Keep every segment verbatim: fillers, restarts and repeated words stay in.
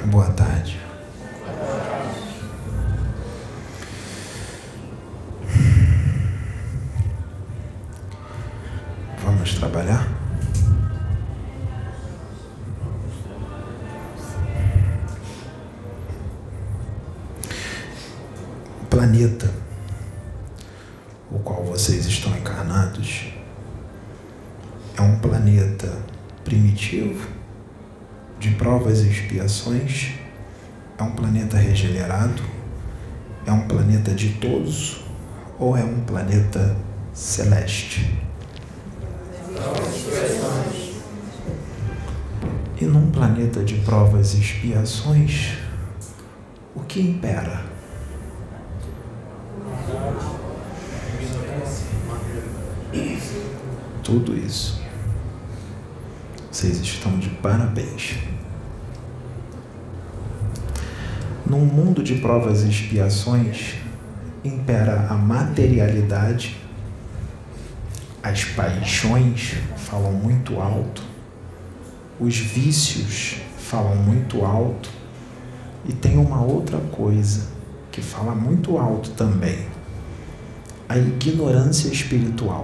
Boa tarde. Vamos trabalhar? O planeta, o qual vocês estão encarnados, é um planeta primitivo, de provas e expiações, é um planeta regenerado, é um planeta ditoso ou é um planeta celeste? E num planeta de provas e expiações, o que impera? Tudo isso. Vocês estão de parabéns. Num mundo de provas e expiações, impera a materialidade, as paixões falam muito alto, os vícios falam muito alto, e tem uma outra coisa que fala muito alto também: a ignorância espiritual.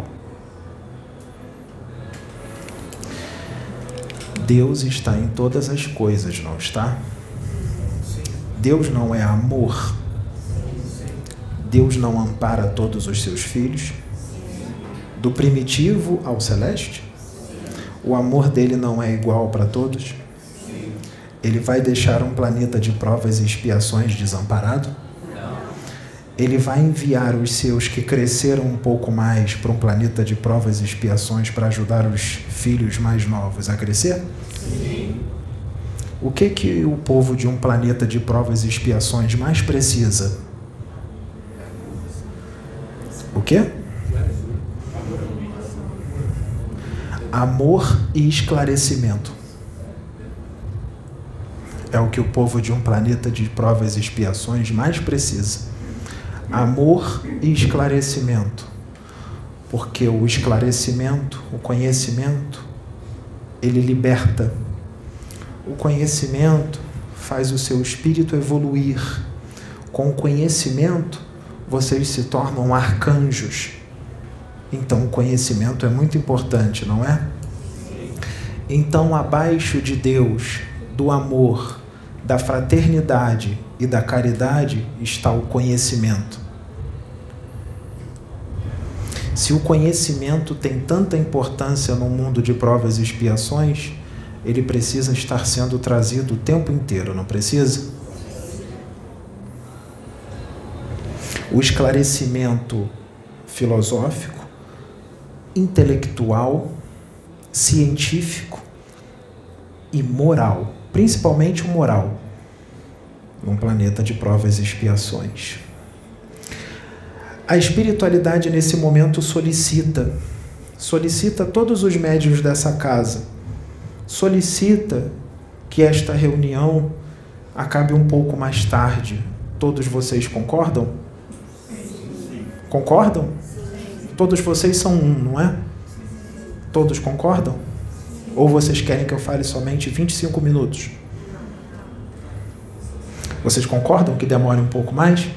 Deus está em todas as coisas, não está? Deus não é amor? Deus não ampara todos os seus filhos? Do primitivo ao celeste? O amor dele não é igual para todos? Ele vai deixar um planeta de provas e expiações desamparado? Ele vai enviar os seus que cresceram um pouco mais para um planeta de provas e expiações para ajudar os filhos mais novos a crescer? Sim. O que que o povo de um planeta de provas e expiações mais precisa? O quê? Amor e esclarecimento. É o que o povo de um planeta de provas e expiações mais precisa. Amor e esclarecimento, porque o esclarecimento, o conhecimento, ele liberta. O conhecimento faz o seu espírito evoluir. Com o conhecimento, vocês se tornam arcanjos. Então, o conhecimento é muito importante, não é? Então, abaixo de Deus, do amor, da fraternidade e da caridade está o conhecimento. Se o conhecimento tem tanta importância no mundo de provas e expiações, ele precisa estar sendo trazido o tempo inteiro, não precisa? O esclarecimento filosófico, intelectual, científico e moral, principalmente o moral, num planeta de provas e expiações. A espiritualidade nesse momento solicita, solicita todos os médiuns dessa casa, solicita que esta reunião acabe um pouco mais tarde. Todos vocês concordam? Concordam? Todos vocês são um, não é? Todos concordam? Ou vocês querem que eu fale somente vinte e cinco minutos? Vocês concordam que demore um pouco mais?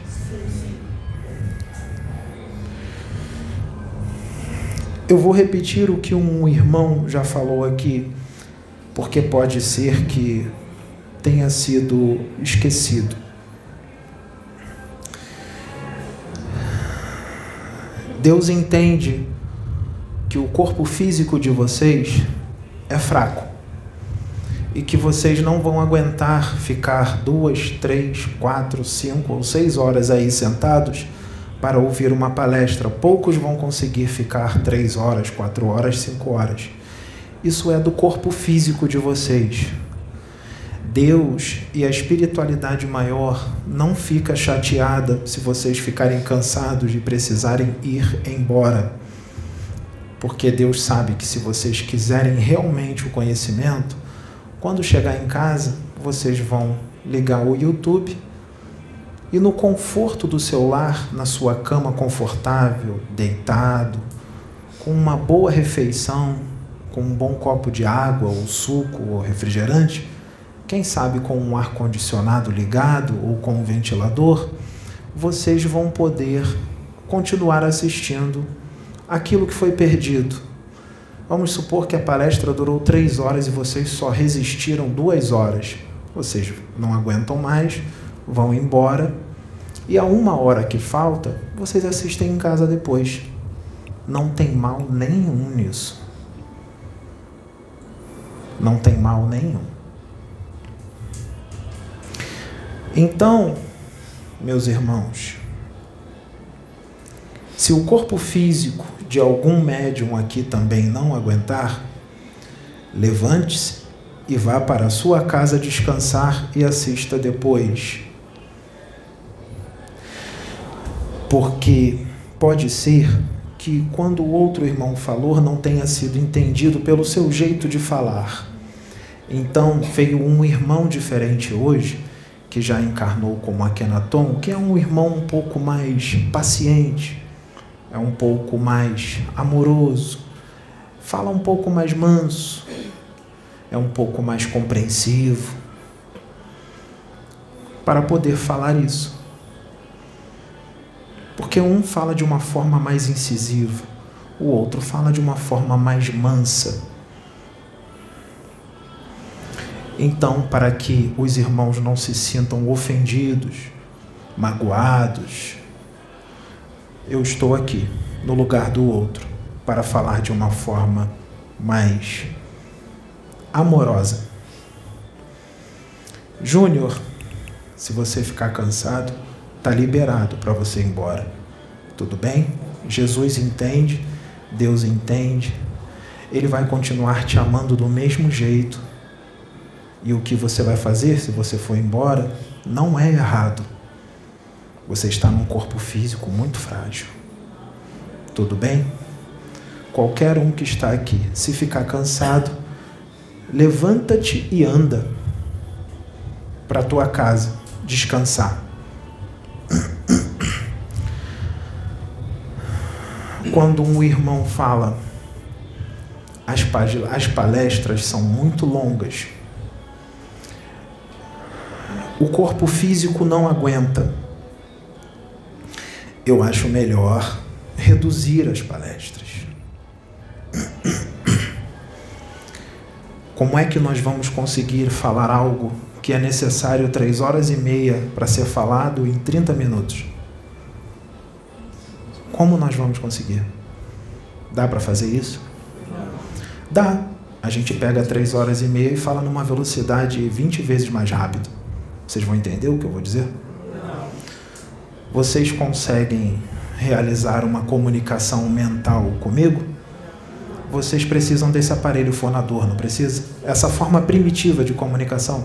Eu vou repetir o que um irmão já falou aqui, porque pode ser que tenha sido esquecido. Deus entende que o corpo físico de vocês é fraco e que vocês não vão aguentar ficar duas, três, quatro, cinco ou seis horas aí sentados para ouvir uma palestra. Poucos vão conseguir ficar três horas, quatro horas, cinco horas. Isso é do corpo físico de vocês. Deus e a espiritualidade maior não fica chateada se vocês ficarem cansados e precisarem ir embora. Porque Deus sabe que se vocês quiserem realmente o conhecimento, quando chegar em casa, vocês vão ligar o YouTube e no conforto do seu lar, na sua cama confortável, deitado, com uma boa refeição, com um bom copo de água, ou suco, ou refrigerante, quem sabe com um ar-condicionado ligado ou com um ventilador, vocês vão poder continuar assistindo aquilo que foi perdido. Vamos supor que a palestra durou três horas e vocês só resistiram duas horas. Vocês não aguentam mais, vão embora, e a uma hora que falta, vocês assistem em casa depois. Não tem mal nenhum nisso. Não tem mal nenhum. Então, meus irmãos, se o corpo físico de algum médium aqui também não aguentar, levante-se e vá para a sua casa descansar e assista depois. Porque pode ser que quando o outro irmão falou não tenha sido entendido pelo seu jeito de falar. Então veio um irmão diferente hoje, que já encarnou como Akhenaton, que é um irmão um pouco mais paciente, é um pouco mais amoroso, fala um pouco mais manso, é um pouco mais compreensivo, para poder falar isso. Porque um fala de uma forma mais incisiva, o outro fala de uma forma mais mansa. Então, para que os irmãos não se sintam ofendidos, magoados, eu estou aqui, no lugar do outro, para falar de uma forma mais amorosa. Júnior, se você ficar cansado, está liberado para você ir embora. Tudo bem? Jesus entende, Deus entende, Ele vai continuar te amando do mesmo jeito. E o que você vai fazer se você for embora não é errado. Você está num corpo físico muito frágil. Tudo bem? Qualquer um que está aqui, se ficar cansado, levanta-te e anda para a tua casa, descansar. Quando um irmão fala, as, as palestras são muito longas, o corpo físico não aguenta. Eu acho melhor reduzir as palestras. Como é que nós vamos conseguir falar algo que é necessário três horas e meia para ser falado em trinta minutos? Como nós vamos conseguir? Dá para fazer isso? Dá. A gente pega três horas e meia e fala numa velocidade vinte vezes mais rápido. Vocês vão entender o que eu vou dizer? Vocês conseguem realizar uma comunicação mental comigo? Vocês precisam desse aparelho fonador, não precisa? Essa forma primitiva de comunicação.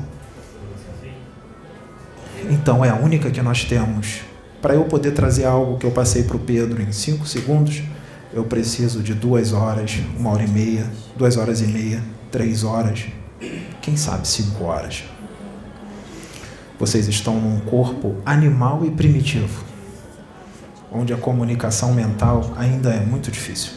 Então é a única que nós temos. Para eu poder trazer algo que eu passei para o Pedro em cinco segundos, eu preciso de duas horas, uma hora e meia, duas horas e meia, três horas, quem sabe cinco horas. Vocês estão num corpo animal e primitivo, onde a comunicação mental ainda é muito difícil.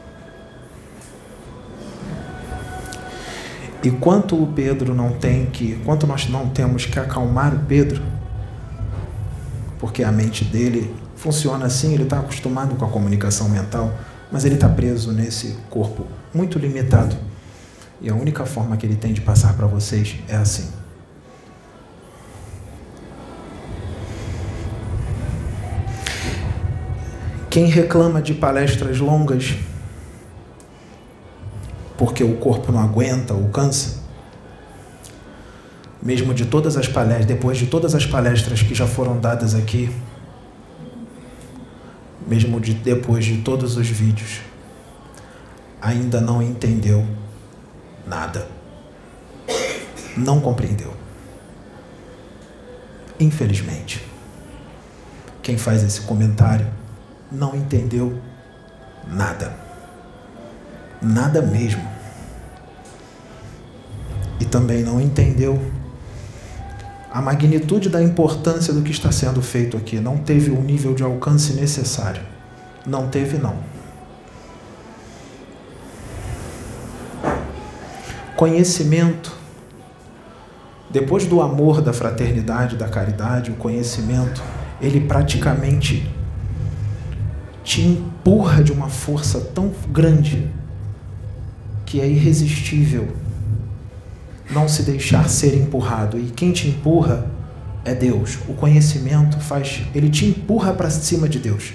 E quanto o Pedro não tem que, quanto nós não temos que acalmar o Pedro, porque a mente dele funciona assim, ele está acostumado com a comunicação mental, mas ele está preso nesse corpo muito limitado. E a única forma que ele tem de passar para vocês é assim. Quem reclama de palestras longas, porque o corpo não aguenta ou cansa, mesmo de todas as palestras, depois de todas as palestras que já foram dadas aqui, mesmo de, depois de todos os vídeos, ainda não entendeu nada. Não compreendeu. Infelizmente, quem faz esse comentário não entendeu nada. Nada mesmo. E também não entendeu a magnitude da importância do que está sendo feito aqui. Não teve o nível de alcance necessário. Não teve, não. Conhecimento Depois do amor, da fraternidade, da caridade, o conhecimento, ele praticamente te empurra de uma força tão grande que é irresistível não se deixar ser empurrado. E quem te empurra é Deus. O conhecimento faz, ele te empurra para cima de Deus.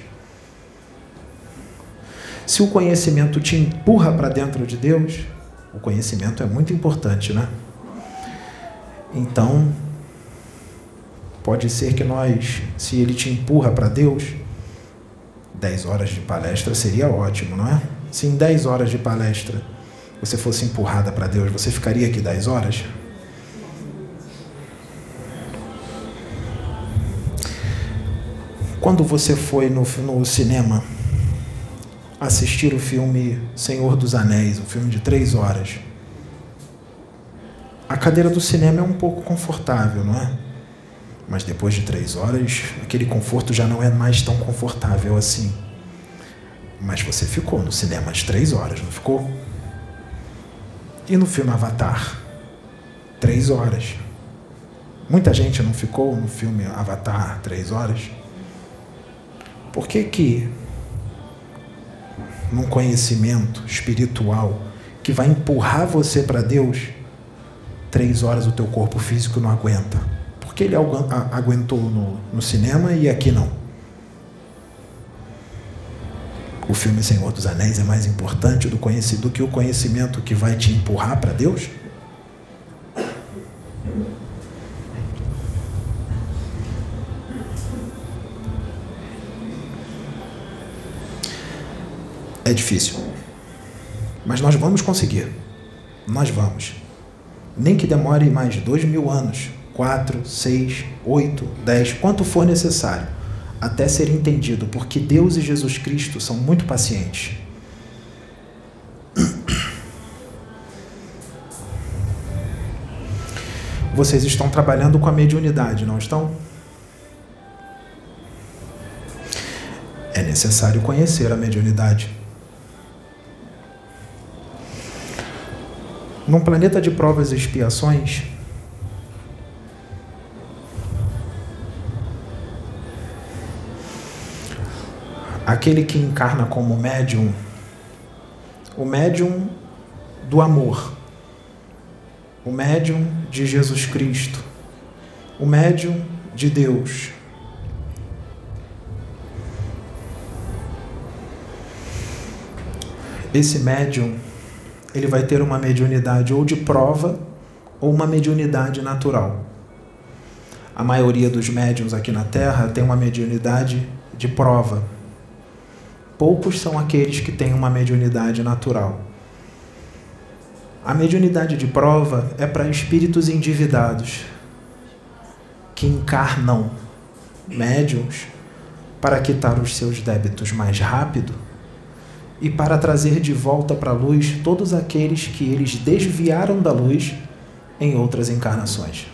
Se o conhecimento te empurra para dentro de Deus, o conhecimento é muito importante, né? Então, pode ser que nós, se ele te empurra para Deus, dez horas de palestra seria ótimo, não é? Se em dez horas de palestra você fosse empurrada para Deus, você ficaria aqui dez horas? Quando você foi no, no cinema assistir o filme Senhor dos Anéis, um filme de três horas, a cadeira do cinema é um pouco confortável, não é? Mas depois de três horas, aquele conforto já não é mais tão confortável assim. Mas você ficou no cinema às três horas, não ficou? E no filme Avatar? Três horas. Muita gente não ficou no filme Avatar três horas? Por que que, num conhecimento espiritual que vai empurrar você para Deus, três horas o teu corpo físico não aguenta? Por que ele aguentou no, no cinema e aqui não? O filme Senhor dos Anéis é mais importante do, do que o conhecimento que vai te empurrar para Deus? É difícil. Mas nós vamos conseguir. Nós vamos. Nem que demore mais dois mil anos, quatro, seis, oito, dez, quanto for necessário, até ser entendido, porque Deus e Jesus Cristo são muito pacientes. Vocês estão trabalhando com a mediunidade, não estão? É necessário conhecer a mediunidade. Num planeta de provas e expiações, aquele que encarna como médium, o médium do amor, o médium de Jesus Cristo, o médium de Deus, esse médium, ele vai ter uma mediunidade ou de prova ou uma mediunidade natural. A maioria dos médiuns aqui na Terra tem uma mediunidade de prova. Poucos são aqueles que têm uma mediunidade natural. A mediunidade de prova é para espíritos endividados, que encarnam médiuns para quitar os seus débitos mais rápido e para trazer de volta para a luz todos aqueles que eles desviaram da luz em outras encarnações.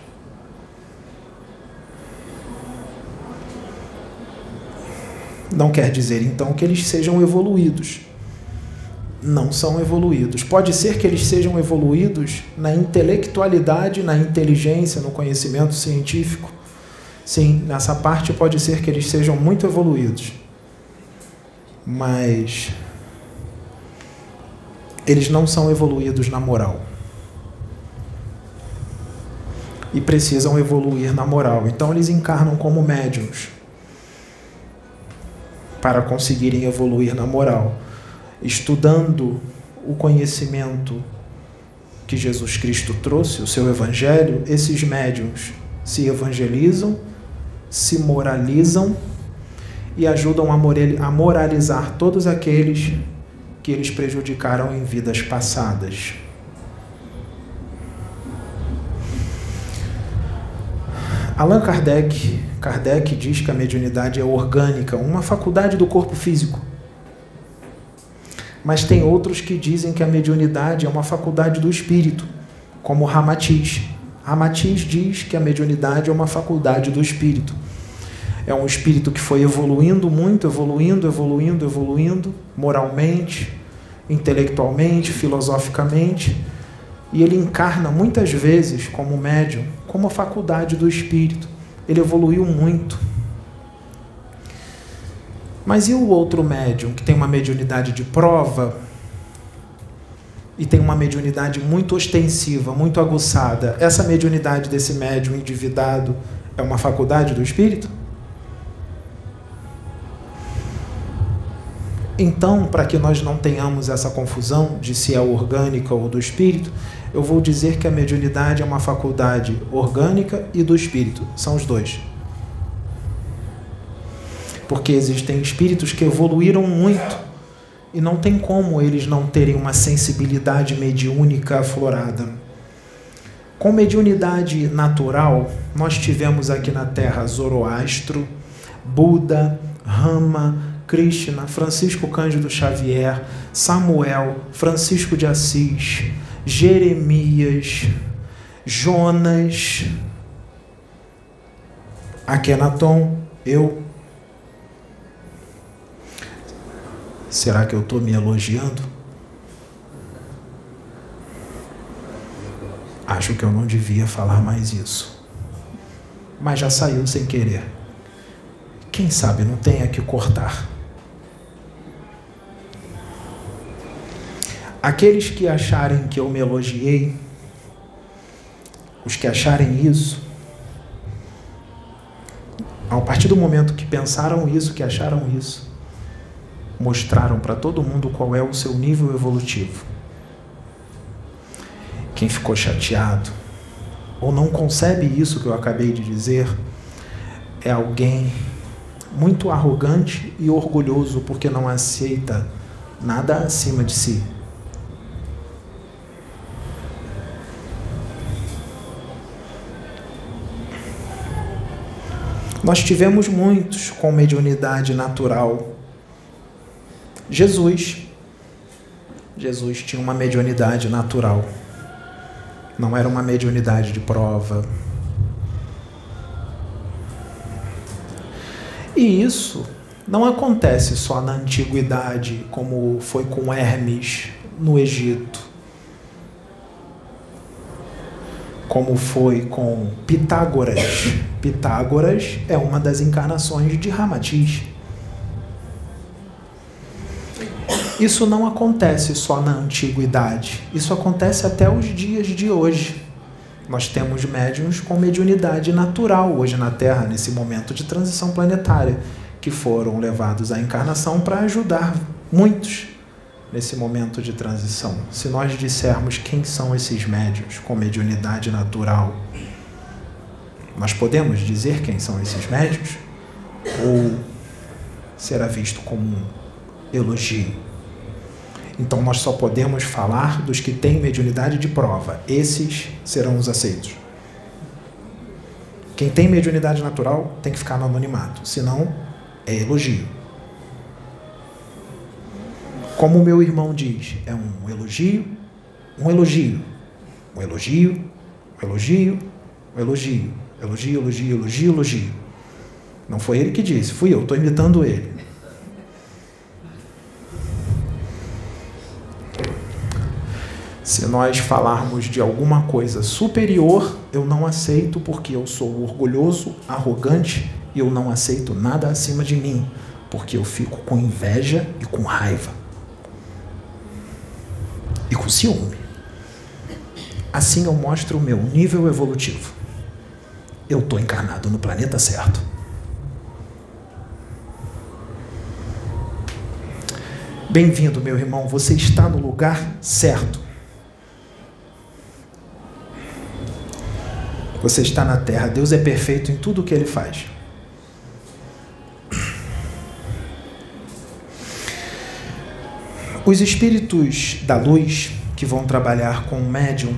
Não quer dizer, então, que eles sejam evoluídos. Não são evoluídos. Pode ser que eles sejam evoluídos na intelectualidade, na inteligência, no conhecimento científico. Sim, nessa parte pode ser que eles sejam muito evoluídos. Mas eles não são evoluídos na moral. E precisam evoluir na moral. Então eles encarnam como médiuns para conseguirem evoluir na moral, estudando o conhecimento que Jesus Cristo trouxe, o seu evangelho. Esses médiuns se evangelizam, se moralizam e ajudam a moralizar todos aqueles que eles prejudicaram em vidas passadas. Allan Kardec, Kardec diz que a mediunidade é orgânica, uma faculdade do corpo físico. Mas tem outros que dizem que a mediunidade é uma faculdade do espírito, como Ramatiz. Ramatiz diz que a mediunidade é uma faculdade do espírito. É um espírito que foi evoluindo muito, evoluindo, evoluindo, evoluindo, moralmente, intelectualmente, filosoficamente, E ele encarna muitas vezes como médium, como a faculdade do espírito. Ele evoluiu muito. Mas e o outro médium, que tem uma mediunidade de prova e tem uma mediunidade muito ostensiva, muito aguçada? Essa mediunidade desse médium endividado é uma faculdade do espírito? Então, para que nós não tenhamos essa confusão de se é orgânica ou do espírito, eu vou dizer que a mediunidade é uma faculdade orgânica e do espírito. São os dois. Porque existem espíritos que evoluíram muito e não tem como eles não terem uma sensibilidade mediúnica aflorada. Com mediunidade natural, nós tivemos aqui na Terra Zoroastro, Buda, Rama, Krishna, Francisco Cândido Xavier, Samuel, Francisco de Assis, Jeremias, Jonas, Akenaton, eu. Será que eu estou me elogiando? Acho que eu não devia falar mais isso. Mas já saiu sem querer. Quem sabe não tenha que cortar. Aqueles que acharem que eu me elogiei, os que acharem isso, a partir do momento que pensaram isso, que acharam isso, mostraram para todo mundo qual é o seu nível evolutivo. Quem ficou chateado ou não concebe isso que eu acabei de dizer é alguém muito arrogante e orgulhoso porque não aceita nada acima de si. Nós tivemos muitos com mediunidade natural. Jesus. Jesus tinha uma mediunidade natural. Não era uma mediunidade de prova. E isso não acontece só na antiguidade, como foi com Hermes no Egito, como foi com Pitágoras. Pitágoras é uma das encarnações de Ramatiz. Isso não acontece só na antiguidade, isso acontece até os dias de hoje. Nós temos médiuns com mediunidade natural hoje na Terra, nesse momento de transição planetária, que foram levados à encarnação para ajudar muitos nesse momento de transição. Se nós dissermos quem são esses médiuns com mediunidade natural, nós podemos dizer quem são esses médiuns? Ou será visto como um elogio? Então nós só podemos falar dos que têm mediunidade de prova. Esses serão os aceitos. Quem tem mediunidade natural tem que ficar no anonimato, senão é elogio. Como o meu irmão diz, é um elogio, um elogio, um elogio, um elogio, um elogio, elogio, elogio, elogio, elogio. Não foi ele que disse, fui eu, estou imitando ele. Se nós falarmos de alguma coisa superior, eu não aceito porque eu sou orgulhoso, arrogante e eu não aceito nada acima de mim, porque eu fico com inveja e com raiva. E com ciúme. Assim eu mostro o meu nível evolutivo. Eu estou encarnado no planeta certo. Bem-vindo, meu irmão, você está no lugar certo. Você está na Terra. Deus é perfeito em tudo o que Ele faz. Os espíritos da luz que vão trabalhar com o médium,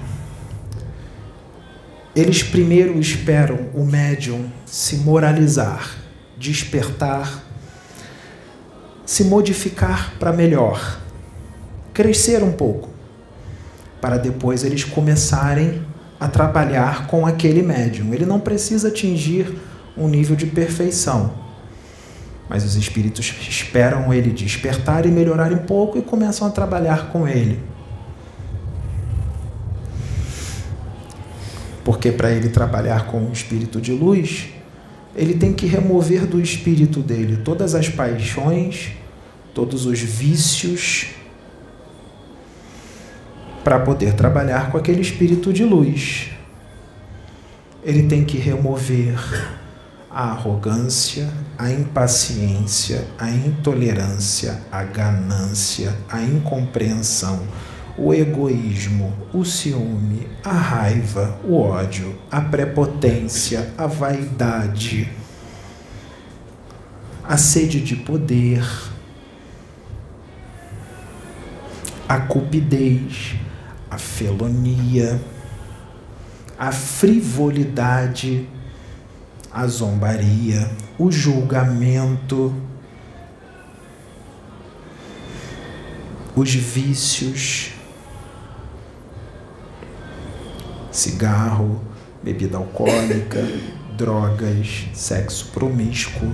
eles primeiro esperam o médium se moralizar, despertar, se modificar para melhor, crescer um pouco, para depois eles começarem a trabalhar com aquele médium. Ele não precisa atingir um nível de perfeição, mas os espíritos esperam ele despertar e melhorar um pouco e começam a trabalhar com ele. Porque para ele trabalhar com o espírito de luz, ele tem que remover do espírito dele todas as paixões, todos os vícios, para poder trabalhar com aquele espírito de luz. Ele tem que remover a arrogância, a impaciência, a intolerância, a ganância, a incompreensão, o egoísmo, o ciúme, a raiva, o ódio, a prepotência, a vaidade, a sede de poder, a cupidez, a felonia, a frivolidade, a zombaria, o julgamento, os vícios, cigarro, bebida alcoólica, drogas, sexo promíscuo.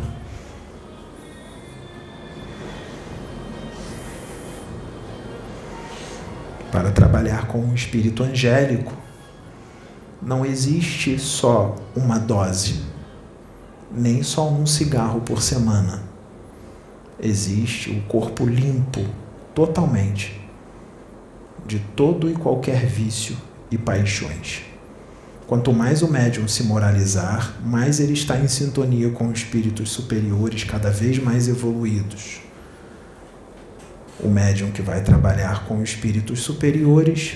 Para trabalhar com o espírito angélico, não existe só uma dose, nem só um cigarro por semana. Existe o corpo limpo, totalmente, de todo e qualquer vício e paixões. Quanto mais o médium se moralizar, mais ele está em sintonia com espíritos superiores cada vez mais evoluídos. O médium que vai trabalhar com espíritos superiores,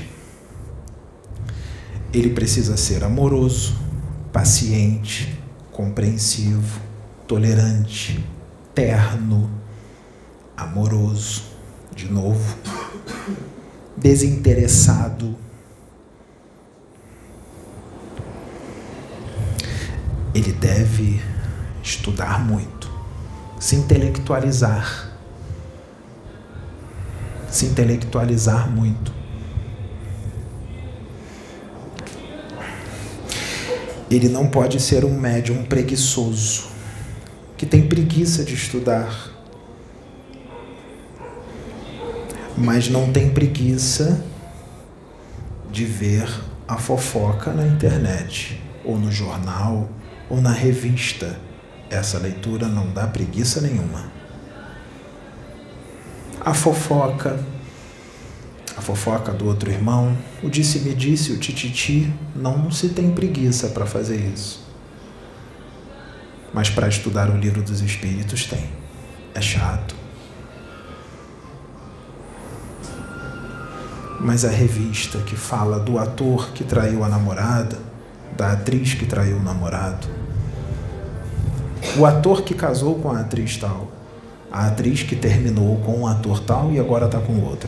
ele precisa ser amoroso, paciente, compreensivo, tolerante, terno, amoroso, de novo, desinteressado. Ele deve estudar muito, se intelectualizar, se intelectualizar muito. Ele não pode ser um médium preguiçoso, que tem preguiça de estudar, mas não tem preguiça de ver a fofoca na internet, ou no jornal, ou na revista. Essa leitura não dá preguiça nenhuma. A fofoca, a fofoca do outro irmão, o disse-me-disse, o tititi, não se tem preguiça para fazer isso. Mas para estudar o livro dos Espíritos tem. É chato. Mas a revista que fala do ator que traiu a namorada, da atriz que traiu o namorado, o ator que casou com a atriz tal, a atriz que terminou com um ator tal e agora está com outro.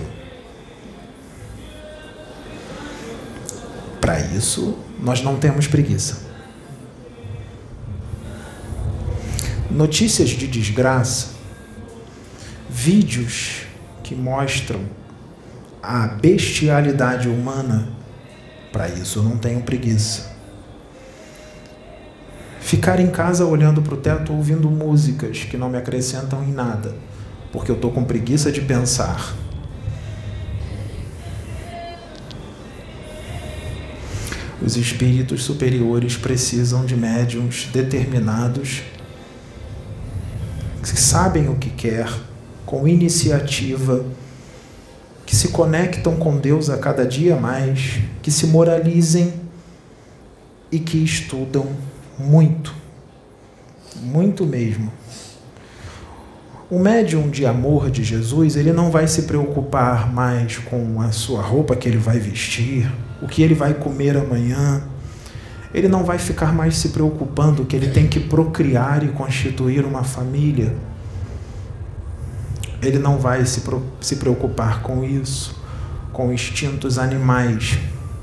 Para isso, nós não temos preguiça. Notícias de desgraça, vídeos que mostram a bestialidade humana, para isso eu não tenho preguiça. Ficar em casa olhando para o teto ouvindo músicas que não me acrescentam em nada, porque eu estou com preguiça de pensar. Os espíritos superiores precisam de médiuns determinados, que sabem o que quer, com iniciativa, que se conectam com Deus a cada dia mais, que se moralizem e que estudam muito, muito mesmo. O médium de amor de Jesus, ele não vai se preocupar mais com a sua roupa que ele vai vestir, o que ele vai comer amanhã. Ele não vai ficar mais se preocupando que ele tem que procriar e constituir uma família. Ele não vai se, se preocupar com isso, com instintos animais.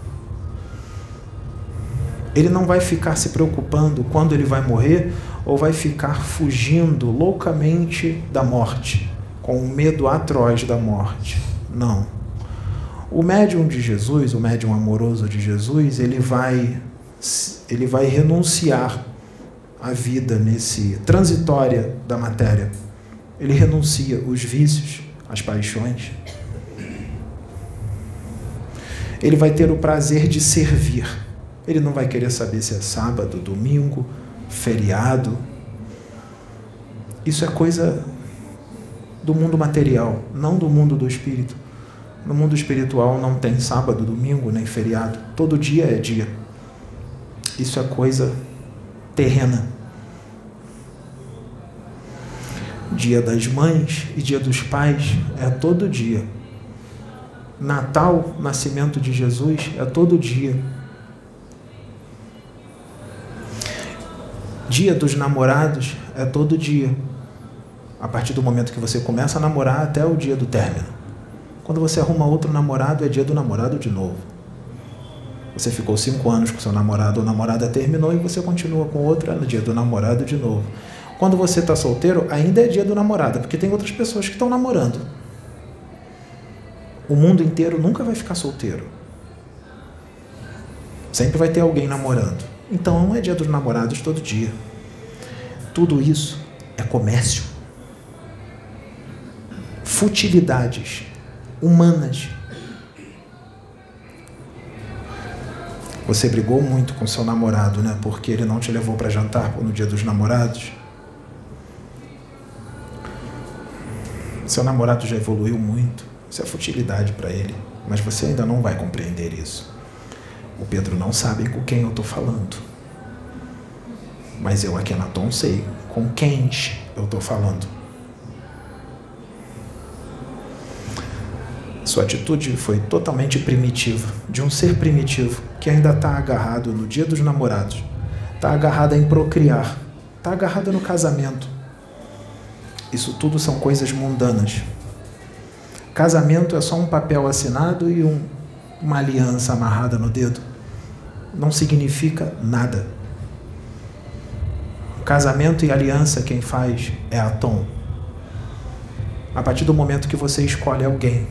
Ele não vai ficar se preocupando quando ele vai morrer ou vai ficar fugindo loucamente da morte, com um medo atroz da morte. Não. O médium de Jesus, o médium amoroso de Jesus, ele vai, ele vai renunciar à vida nesse transitória da matéria. Ele renuncia os vícios, as paixões. Ele vai ter o prazer de servir. Ele não vai querer saber se é sábado, domingo, feriado. Isso é coisa do mundo material, não do mundo do espírito. No mundo espiritual não tem sábado, domingo, nem feriado. Todo dia é dia. Isso é coisa terrena. Dia das mães e dia dos pais é todo dia. Natal, nascimento de Jesus, é todo dia. Dia dos namorados é todo dia. A partir do momento que você começa a namorar até o dia do término. Quando você arruma outro namorado, é dia do namorado de novo. Você ficou cinco anos com seu namorado ou namorada, terminou e você continua com outra no dia do namorado de novo. Quando você está solteiro, ainda é dia do namorado, porque tem outras pessoas que estão namorando. O mundo inteiro nunca vai ficar solteiro. Sempre vai ter alguém namorando. Então não é dia dos namorados todo dia. Tudo isso é comércio. Futilidades humanas. Você brigou muito com seu namorado, né? Porque ele não te levou para jantar no dia dos namorados. Seu namorado já evoluiu muito. Isso é futilidade para ele. Mas você ainda não vai compreender isso. O Pedro não sabe com quem eu estou falando. Mas eu, Akhenaton, sei com quem eu estou falando. Sua atitude foi totalmente primitiva, de um ser primitivo, que ainda está agarrado no dia dos namorados, está agarrado em procriar, está agarrado no casamento. Isso tudo são coisas mundanas. Casamento é só um papel assinado e um, uma aliança amarrada no dedo. Não significa nada. Casamento e aliança quem faz é Atom. A partir do momento que você escolhe alguém,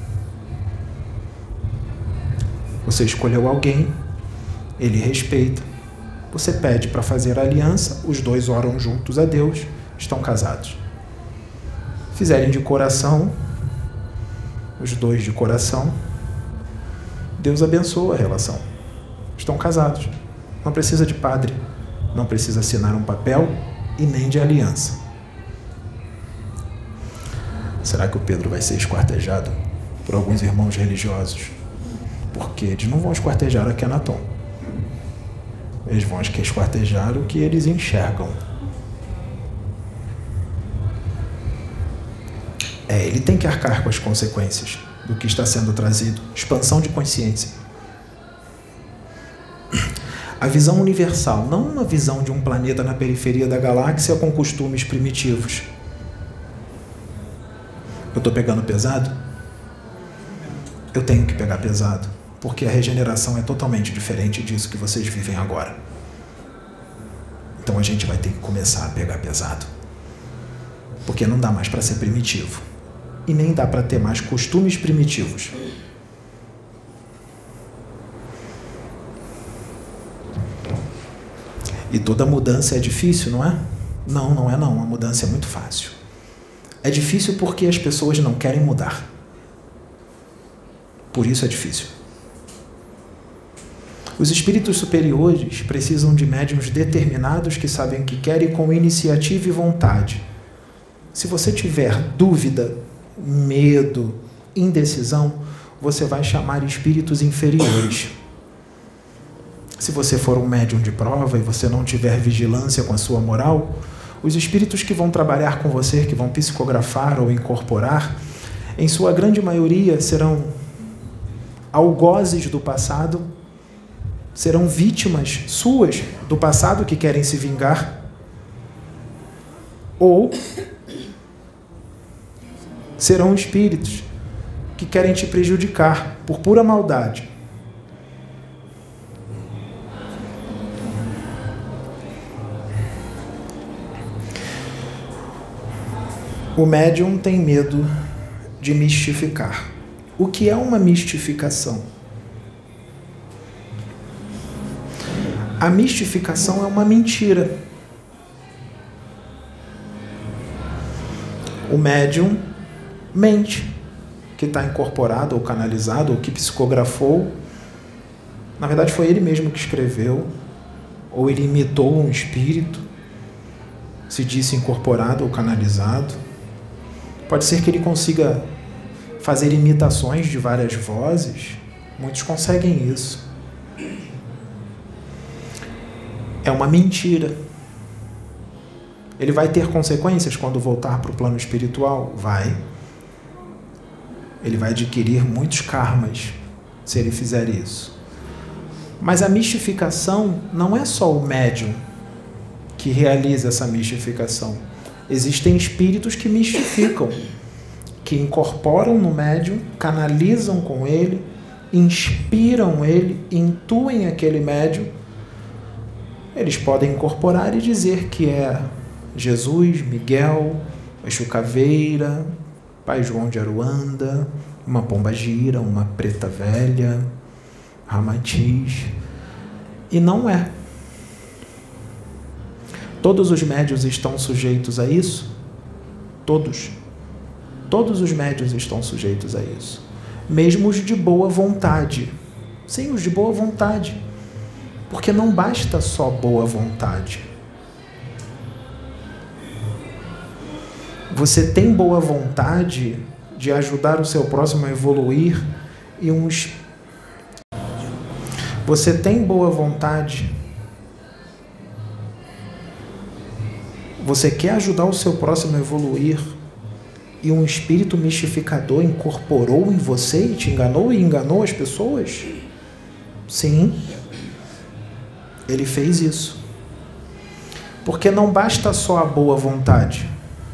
você escolheu alguém, ele respeita, você pede para fazer a aliança, os dois oram juntos a Deus, estão casados. Fizerem de coração, os dois de coração, Deus abençoa a relação. Estão casados. Não precisa de padre, não precisa assinar um papel e nem de aliança. Será que o Pedro vai ser esquartejado por alguns irmãos religiosos? Porque eles não vão esquartejar a Akhenaton. Eles vão esquartejar o que eles enxergam. É, ele tem que arcar com as consequências do que está sendo trazido. Expansão de consciência. A visão universal, não uma visão de um planeta na periferia da galáxia com costumes primitivos. Eu estou pegando pesado? Eu tenho que pegar pesado, porque a regeneração é totalmente diferente disso que vocês vivem agora. Então a gente vai ter que começar a pegar pesado. Porque não dá mais para ser primitivo. E nem dá para ter mais costumes primitivos. E toda mudança é difícil, não é? Não, não é não. A mudança é muito fácil. É difícil porque as pessoas não querem mudar. Por isso é difícil. Os espíritos superiores precisam de médiuns determinados que sabem o que querem com iniciativa e vontade. Se você tiver dúvida, medo, indecisão, você vai chamar espíritos inferiores. Se você for um médium de prova e você não tiver vigilância com a sua moral, os espíritos que vão trabalhar com você, que vão psicografar ou incorporar, em sua grande maioria serão algozes do passado, serão vítimas suas do passado que querem se vingar, ou serão espíritos que querem te prejudicar por pura maldade. O médium tem medo de mistificar. O que é uma mistificação? A mistificação é uma mentira. O médium mente, que está incorporado ou canalizado, ou que psicografou, Na verdade, foi ele mesmo que escreveu, ou ele imitou um espírito, se disse incorporado ou canalizado. Pode ser que ele consiga fazer imitações de várias vozes. Muitos conseguem isso. É uma mentira. Ele vai ter consequências quando voltar para o plano espiritual? Vai. Ele vai adquirir muitos karmas se ele fizer isso. Mas a mistificação não é só o médium que realiza essa mistificação. Existem espíritos que mistificam, que incorporam no médium, canalizam com ele, inspiram ele, intuem aquele médium. Eles podem incorporar e dizer que é Jesus, Miguel, Exu Caveira, Pai João de Aruanda, uma pombagira, uma preta velha, Ramatiz. E não é. Todos os médiuns estão sujeitos a isso? Todos. Todos os médiuns estão sujeitos a isso. Mesmo os de boa vontade. Sim, os de boa vontade. Porque não basta só boa vontade. Você tem boa vontade de ajudar o seu próximo a evoluir e uns... Você tem boa vontade... Você quer ajudar o seu próximo a evoluir e um espírito mistificador incorporou em você e te enganou e enganou as pessoas? Sim, ele fez isso. Porque não basta só a boa vontade.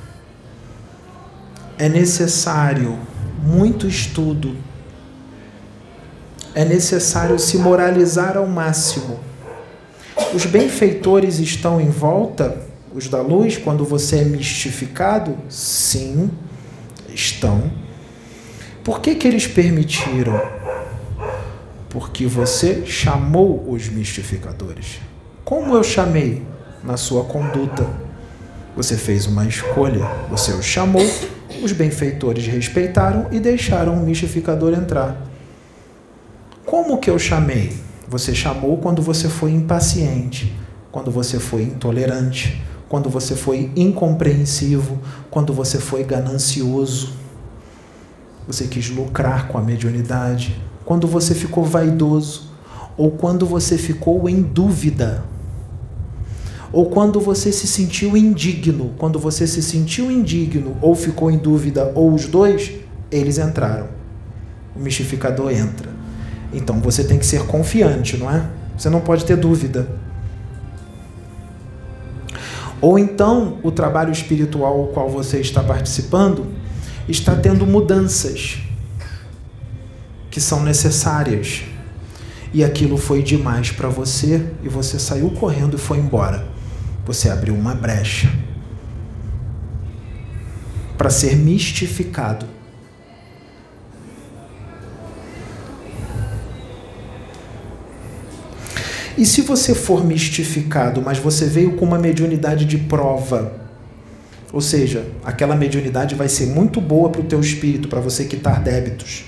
É necessário muito estudo. É necessário se moralizar ao máximo. Os benfeitores estão em volta... Os da luz, quando você é mistificado? Sim, estão. Por que que eles permitiram? Porque você chamou os mistificadores. Como eu chamei? Na sua conduta. Você fez uma escolha, você os chamou, os benfeitores respeitaram e deixaram o mistificador entrar. Como que eu chamei? Você chamou quando você foi impaciente, quando você foi intolerante, quando você foi incompreensivo, quando você foi ganancioso, você quis lucrar com a mediunidade, quando você ficou vaidoso, ou quando você ficou em dúvida, ou quando você se sentiu indigno. Quando você se sentiu indigno ou ficou em dúvida, ou os dois, eles entraram. O mistificador entra. Então você tem que ser confiante, não é? Você não pode ter dúvida. Ou então, o trabalho espiritual ao qual você está participando está tendo mudanças que são necessárias. E aquilo foi demais para você e você saiu correndo e foi embora. Você abriu uma brecha para ser mistificado. E se você for mistificado, mas você veio com uma mediunidade de prova, ou seja, aquela mediunidade vai ser muito boa para o teu espírito, para você quitar débitos.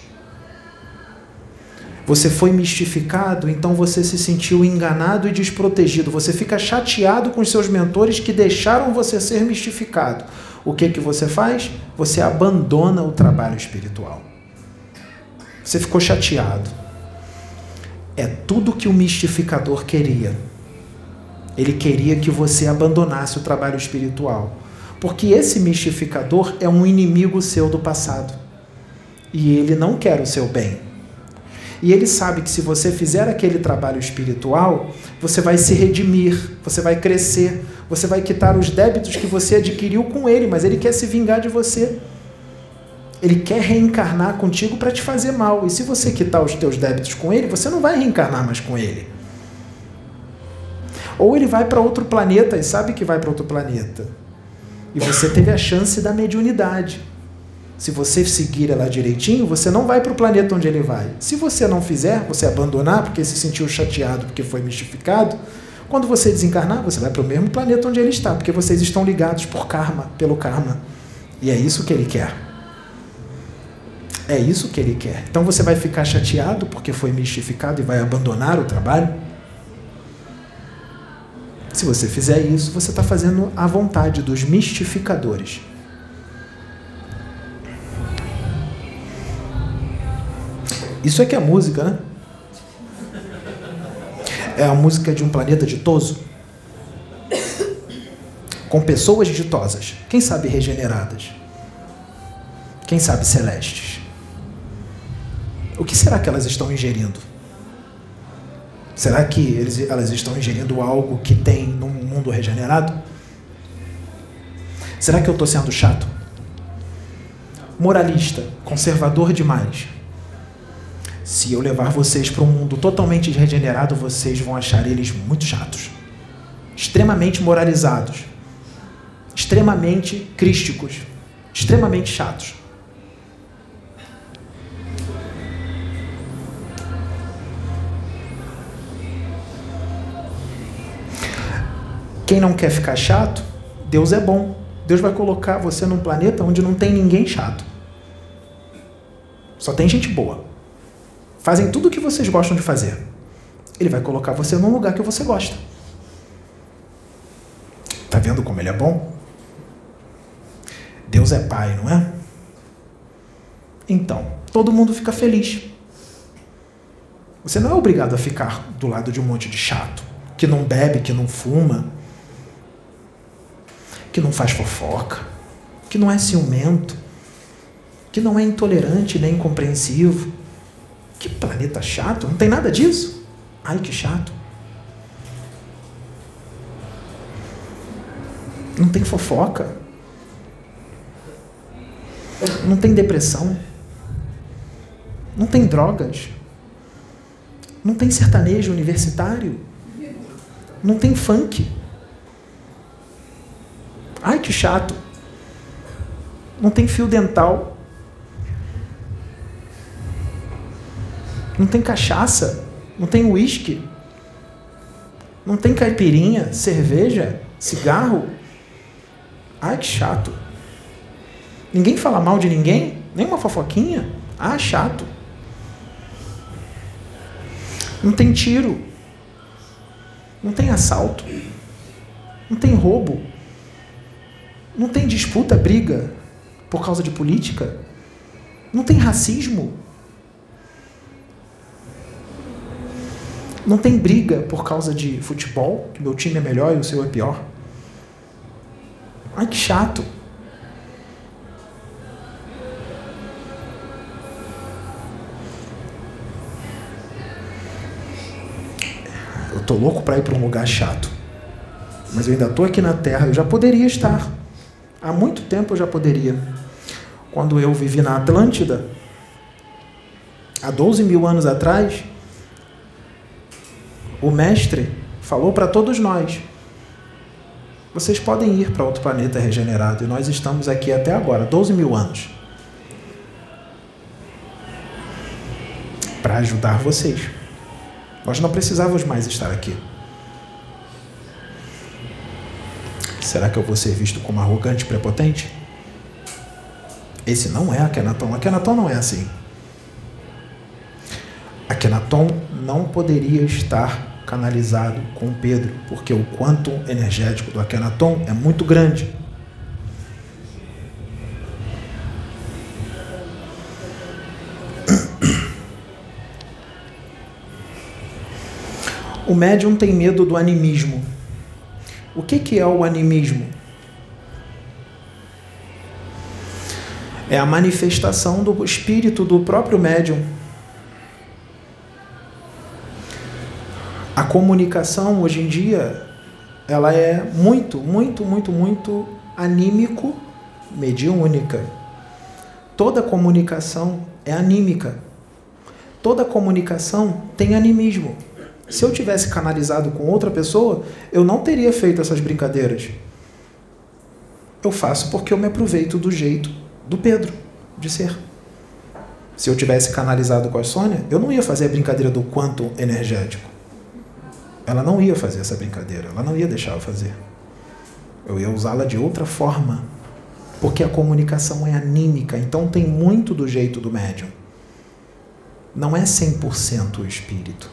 Você foi mistificado, então você se sentiu enganado e desprotegido. Você fica chateado com os seus mentores que deixaram você ser mistificado. O que que você faz? Você abandona o trabalho espiritual. Você ficou chateado. É tudo que o mistificador queria. Ele queria que você abandonasse o trabalho espiritual. Porque esse mistificador é um inimigo seu do passado. E ele não quer o seu bem. E ele sabe que se você fizer aquele trabalho espiritual, você vai se redimir, você vai crescer, você vai quitar os débitos que você adquiriu com ele, mas ele quer se vingar de você. Ele quer reencarnar contigo para te fazer mal. E se você quitar os teus débitos com ele, você não vai reencarnar mais com ele. Ou ele vai para outro planeta e sabe que vai para outro planeta. E você teve a chance da mediunidade. Se você seguir ela direitinho, você não vai para o planeta onde ele vai. Se você não fizer, você abandonar porque se sentiu chateado porque foi mistificado, quando você desencarnar, você vai para o mesmo planeta onde ele está, porque vocês estão ligados por karma, pelo karma. E é isso que ele quer. É isso que ele quer. Então você vai ficar chateado porque foi mistificado e vai abandonar o trabalho? Se você fizer isso, você está fazendo a vontade dos mistificadores. Isso é que é música, né? É a música de um planeta ditoso, com pessoas ditosas, quem sabe regeneradas, quem sabe celestes. O que será que elas estão ingerindo? Será que eles, elas estão ingerindo algo que tem num mundo regenerado? Será que eu estou sendo chato? Moralista, conservador demais? Se eu levar vocês para um mundo totalmente regenerado, vocês vão achar eles muito chatos, extremamente moralizados, extremamente crísticos, extremamente chatos. Quem não quer ficar chato, Deus é bom. Deus vai colocar você num planeta onde não tem ninguém chato. Só tem gente boa. Fazem tudo o que vocês gostam de fazer. Ele vai colocar você num lugar que você gosta. Tá vendo como ele é bom? Deus é pai, não é? Então, todo mundo fica feliz. Você não é obrigado a ficar do lado de um monte de chato, que não bebe, que não fuma, que não faz fofoca, que não é ciumento, que não é intolerante nem incompreensivo. Que planeta chato, não tem nada disso. Ai, que chato. Não tem fofoca. Não tem depressão. Não tem drogas. Não tem sertanejo universitário. Não tem funk. Ai, que chato. Não tem fio dental. Não tem cachaça. Não tem uísque. Não tem caipirinha, cerveja, cigarro. Ai, que chato. Ninguém fala mal de ninguém? Nem uma fofoquinha? Ah, chato. Não tem tiro. Não tem assalto. Não tem roubo. Não tem disputa, briga por causa de política. Não tem racismo. Não tem briga por causa de futebol, que meu time é melhor e o seu é pior. Ai, que chato. Eu tô louco para ir para um lugar chato. Mas eu ainda estou aqui na Terra, eu já poderia estar. Há muito tempo eu já poderia. Quando eu vivi na Atlântida, há doze mil anos atrás, o mestre falou para todos nós: vocês podem ir para outro planeta regenerado. E nós estamos aqui até agora, doze mil anos, para ajudar vocês. Nós não precisávamos mais estar aqui. Será que eu vou ser visto como arrogante e prepotente? Esse não é Akhenaton. Akhenaton não é assim. Akhenaton não poderia estar canalizado com Pedro, porque o quantum energético do Akhenaton é muito grande. O médium tem medo do animismo. O que que é o animismo? É a manifestação do espírito do próprio médium. A comunicação, hoje em dia, ela é muito, muito, muito, muito anímico, mediúnica. Toda comunicação é anímica. Toda comunicação tem animismo. Se eu tivesse canalizado com outra pessoa, eu não teria feito essas brincadeiras. Eu faço porque eu me aproveito do jeito do Pedro de ser. Se eu tivesse canalizado com a Sônia, eu não ia fazer a brincadeira do quantum energético. Ela não ia fazer essa brincadeira, ela não ia deixar eu fazer. Eu ia usá-la de outra forma. Porque a comunicação é anímica, então tem muito do jeito do médium. Não é cem por cento o espírito.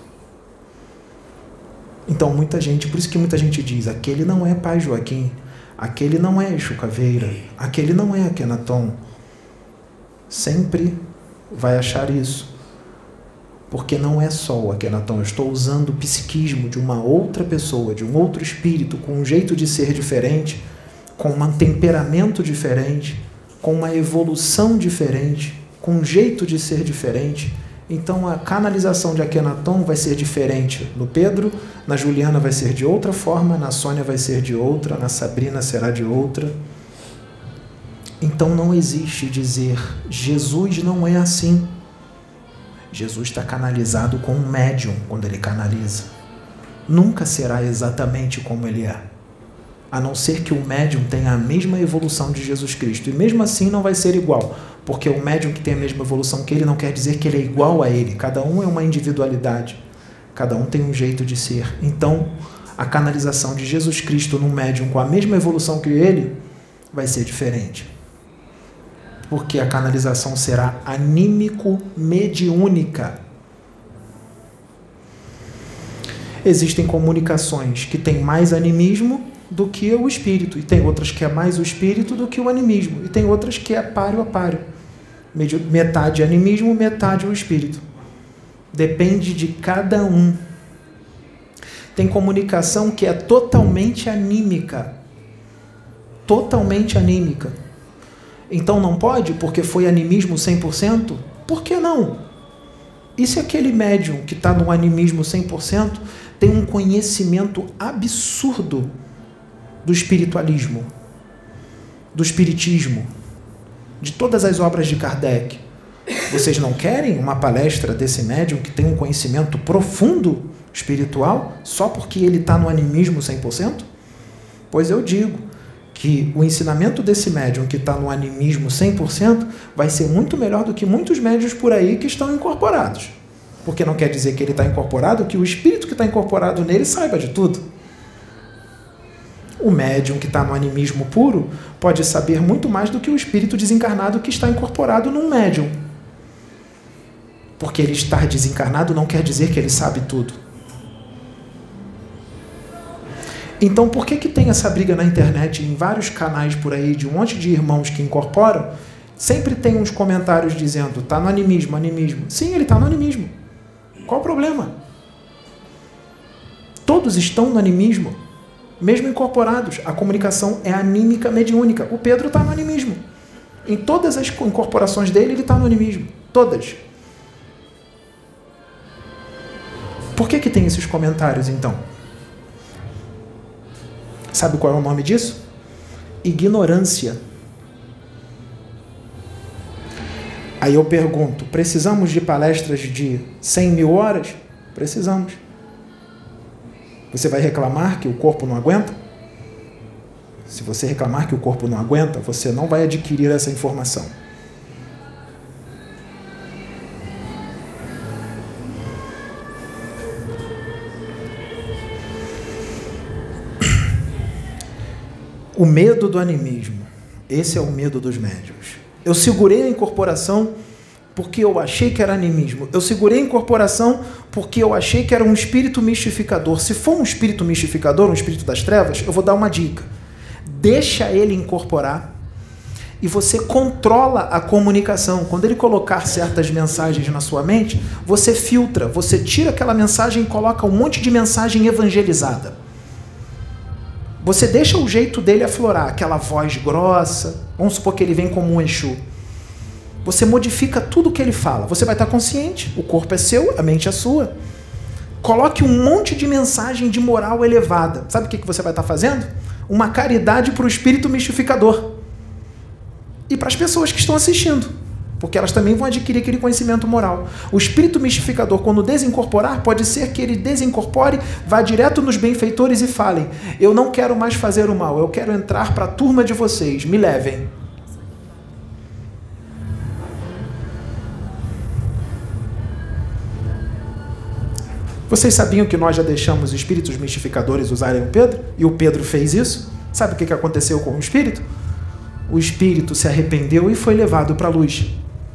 Então muita gente, por isso que muita gente diz, aquele não é Pai Joaquim, aquele não é Exu Caveira, aquele não é Akhenaton. Sempre vai achar isso. Porque não é só o Akhenaton, eu estou usando o psiquismo de uma outra pessoa, de um outro espírito, com um jeito de ser diferente, com um temperamento diferente, com uma evolução diferente, com um jeito de ser diferente. Então a canalização de Akhenaton vai ser diferente no Pedro, na Juliana vai ser de outra forma, na Sônia vai ser de outra, na Sabrina será de outra. Então não existe dizer Jesus não é assim. Jesus está canalizado com um médium quando ele canaliza. Nunca será exatamente como ele é. A não ser que o médium tenha a mesma evolução de Jesus Cristo. E mesmo assim não vai ser igual. Porque o médium que tem a mesma evolução que ele não quer dizer que ele é igual a ele. Cada um é uma individualidade. Cada um tem um jeito de ser. Então, a canalização de Jesus Cristo num médium com a mesma evolução que ele vai ser diferente. Porque a canalização será anímico-mediúnica. Existem comunicações que têm mais animismo do que o espírito, e tem outras que é mais o espírito do que o animismo, e tem outras que é páreo a páreo. Metade animismo, metade o espírito. Depende de cada um. Tem comunicação que é totalmente anímica. Totalmente anímica. Então não pode, porque foi animismo cem por cento? Por que não? E se aquele médium que está no animismo cem por cento tem um conhecimento absurdo do espiritualismo, do espiritismo, de todas as obras de Kardec? Vocês não querem uma palestra desse médium que tem um conhecimento profundo espiritual só porque ele está no animismo cem por cento? Pois eu digo que o ensinamento desse médium que está no animismo cem por cento vai ser muito melhor do que muitos médiuns por aí que estão incorporados. Porque não quer dizer que ele está incorporado, que o espírito que está incorporado nele saiba de tudo. O médium que está no animismo puro pode saber muito mais do que o espírito desencarnado que está incorporado num médium. Porque ele estar desencarnado não quer dizer que ele sabe tudo. Então, por que que tem essa briga na internet, em vários canais por aí, de um monte de irmãos que incorporam? Sempre tem uns comentários dizendo, está no animismo, animismo. Sim, ele está no animismo. Qual o problema? Todos estão no animismo, mesmo incorporados. A comunicação é anímica mediúnica. O Pedro está no animismo. Em todas as incorporações dele, ele está no animismo. Todas. Por que que tem esses comentários, então? Sabe qual é o nome disso? Ignorância. Aí eu pergunto, precisamos de palestras de cem mil horas? Precisamos. Você vai reclamar que o corpo não aguenta? Se você reclamar que o corpo não aguenta, você não vai adquirir essa informação. O medo do animismo. Esse é o medo dos médiuns. Eu segurei a incorporação porque eu achei que era animismo. Eu segurei a incorporação porque eu achei que era um espírito mistificador. Se for um espírito mistificador, um espírito das trevas, eu vou dar uma dica. Deixa ele incorporar e você controla a comunicação. Quando ele colocar certas mensagens na sua mente, você filtra, você tira aquela mensagem e coloca um monte de mensagem evangelizada. Você deixa o jeito dele aflorar, aquela voz grossa, vamos supor que ele vem como um Exu. Você modifica tudo o que ele fala. Você vai estar consciente, o corpo é seu, a mente é sua. Coloque um monte de mensagem de moral elevada. Sabe o que você vai estar fazendo? Uma caridade para o espírito mistificador. E para as pessoas que estão assistindo. Porque elas também vão adquirir aquele conhecimento moral. O espírito mistificador, quando desincorporar, pode ser que ele desincorpore, vá direto nos benfeitores e falem, eu não quero mais fazer o mal, eu quero entrar para a turma de vocês, me levem. Vocês sabiam que nós já deixamos espíritos mistificadores usarem o Pedro? E o Pedro fez isso? Sabe o que aconteceu com o espírito? o espírito se arrependeu e foi levado para a luz.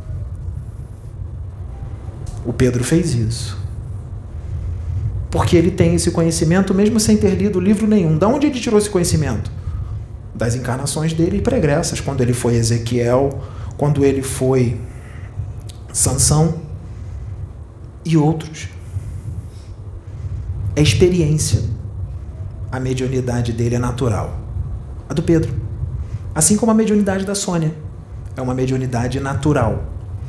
O Pedro fez isso. Porque ele tem esse conhecimento mesmo sem ter lido livro nenhum. De onde ele tirou esse conhecimento? Das encarnações dele pregressas, quando ele foi Ezequiel, quando ele foi Sansão e outros. É experiência. A mediunidade dele é natural. A do Pedro. Assim como a mediunidade da Sônia. É uma mediunidade natural.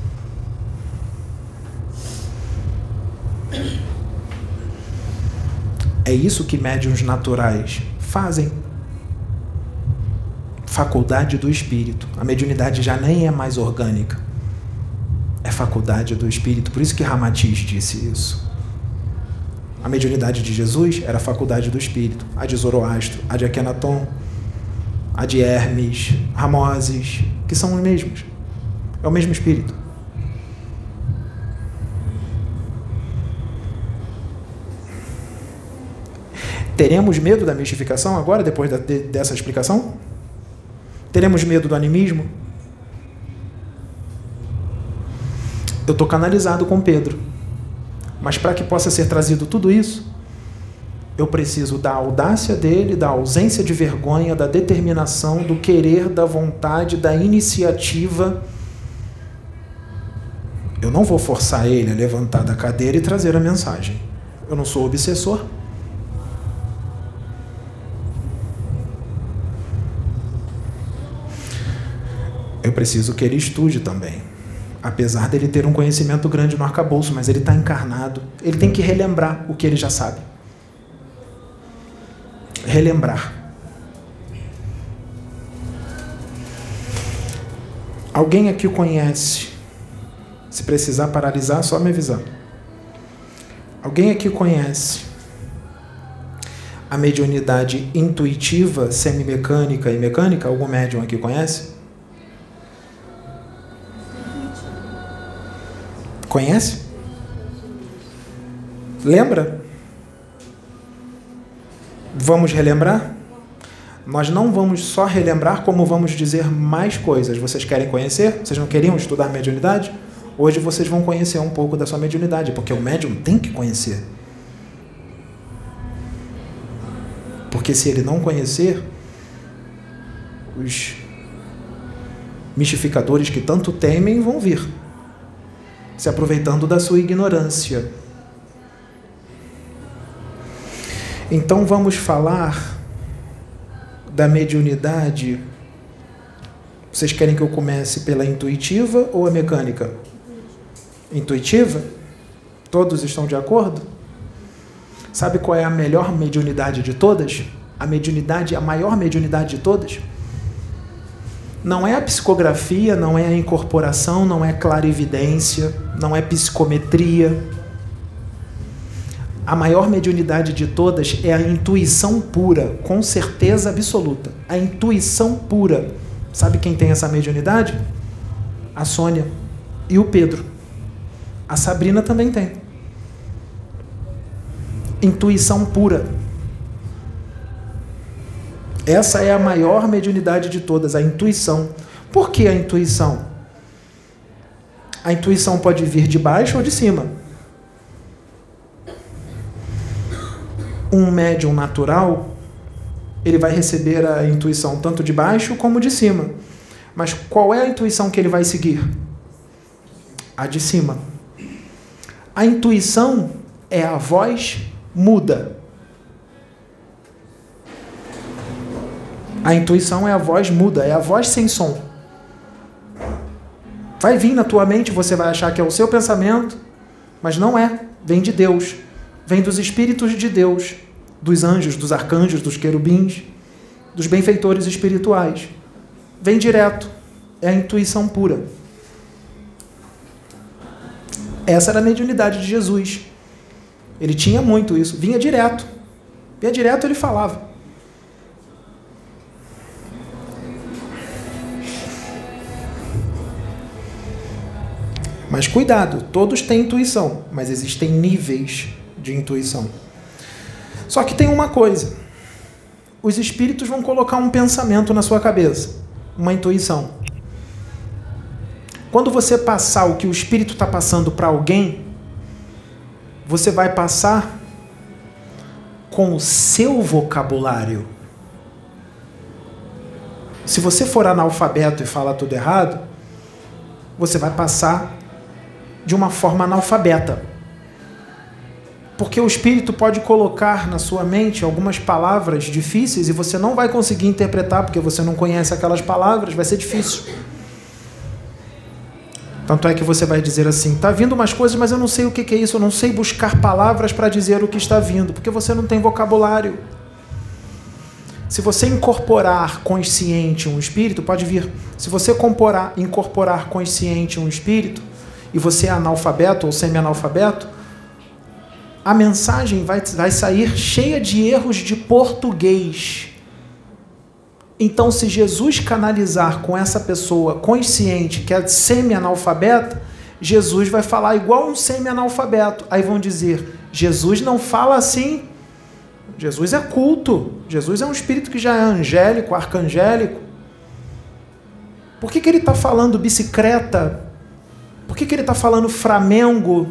É isso que médiuns naturais fazem. Faculdade do espírito. A mediunidade já nem é mais orgânica. É faculdade do espírito. Por isso que Ramatiz disse isso. A mediunidade de Jesus era a faculdade do espírito. A de Zoroastro, a de Akenaton, a de Hermes, Ramoses, que são os mesmos. É o mesmo espírito. Teremos medo da mistificação agora, depois da, de, dessa explicação? Teremos medo do animismo? Eu estou canalizado com Pedro. Mas para que possa ser trazido tudo isso, eu preciso da audácia dele, da ausência de vergonha, da determinação, do querer, da vontade, da iniciativa. Eu não vou forçar ele a levantar da cadeira e trazer a mensagem. Eu não sou obsessor. Eu preciso que ele estude também. Apesar dele ter um conhecimento grande no arcabouço, mas ele está encarnado. Ele tem que relembrar o que ele já sabe. Relembrar. Alguém aqui conhece? Se precisar paralisar, só me avisar. Alguém aqui conhece a mediunidade intuitiva, semimecânica e mecânica? Algum médium aqui conhece? Conhece? Lembra? Vamos relembrar? Nós não vamos só relembrar, como vamos dizer mais coisas. Vocês querem conhecer? Vocês não queriam estudar mediunidade? Hoje vocês vão conhecer um pouco da sua mediunidade, porque o médium tem que conhecer. Porque se ele não conhecer, os mistificadores que tanto temem vão vir, se aproveitando da sua ignorância. Então vamos falar da mediunidade. Vocês querem que eu comece pela intuitiva ou a mecânica? Intuitiva? Todos estão de acordo? Sabe qual é a melhor mediunidade de todas? A mediunidade, a maior mediunidade de todas? Não é a psicografia, não é a incorporação, não é clarividência, não é psicometria. A maior mediunidade de todas é a intuição pura, com certeza absoluta. A intuição pura. Sabe quem tem essa mediunidade? A Sônia e o Pedro. A Sabrina também tem. Intuição pura. Essa é a maior mediunidade de todas, a intuição. Por que a intuição? A intuição pode vir de baixo ou de cima. Um médium natural, ele vai receber a intuição tanto de baixo como de cima. Mas qual é a intuição que ele vai seguir? A de cima. A intuição é a voz muda. A intuição é a voz muda, é a voz sem som. Vai vir na tua mente, você vai achar que é o seu pensamento, mas não é. Vem de Deus. Vem dos espíritos de Deus, dos anjos, dos arcanjos, dos querubins, dos benfeitores espirituais. Vem direto. É a intuição pura. Essa era a mediunidade de Jesus. Ele tinha muito isso. Vinha direto. Vinha direto, ele falava. Mas cuidado, todos têm intuição, mas existem níveis de intuição. Só que tem uma coisa. Os espíritos vão colocar um pensamento na sua cabeça. uma intuição. Quando você passar o que o Espírito está passando para alguém, você vai passar com o seu vocabulário. Se você for analfabeto e falar tudo errado, você vai passar de uma forma analfabeta. Porque o Espírito pode colocar na sua mente algumas palavras difíceis e você não vai conseguir interpretar porque você não conhece aquelas palavras, vai ser difícil. Tanto é que você vai dizer assim, está vindo umas coisas, mas eu não sei o que é isso, eu não sei buscar palavras para dizer o que está vindo, porque você não tem vocabulário. Se você incorporar consciente um espírito, pode vir. Se você incorporar, incorporar consciente um espírito, e você é analfabeto ou semi-analfabeto, a mensagem vai, vai sair cheia de erros de português. Então, se Jesus canalizar com essa pessoa consciente, que é semi-analfabeta, Jesus vai falar igual um semi-analfabeto. Aí vão dizer, Jesus não fala assim. Jesus é culto. Jesus é um espírito que já é angélico, arcangélico. Por que, que ele está falando bicicleta? Por que, que ele está falando Flamengo?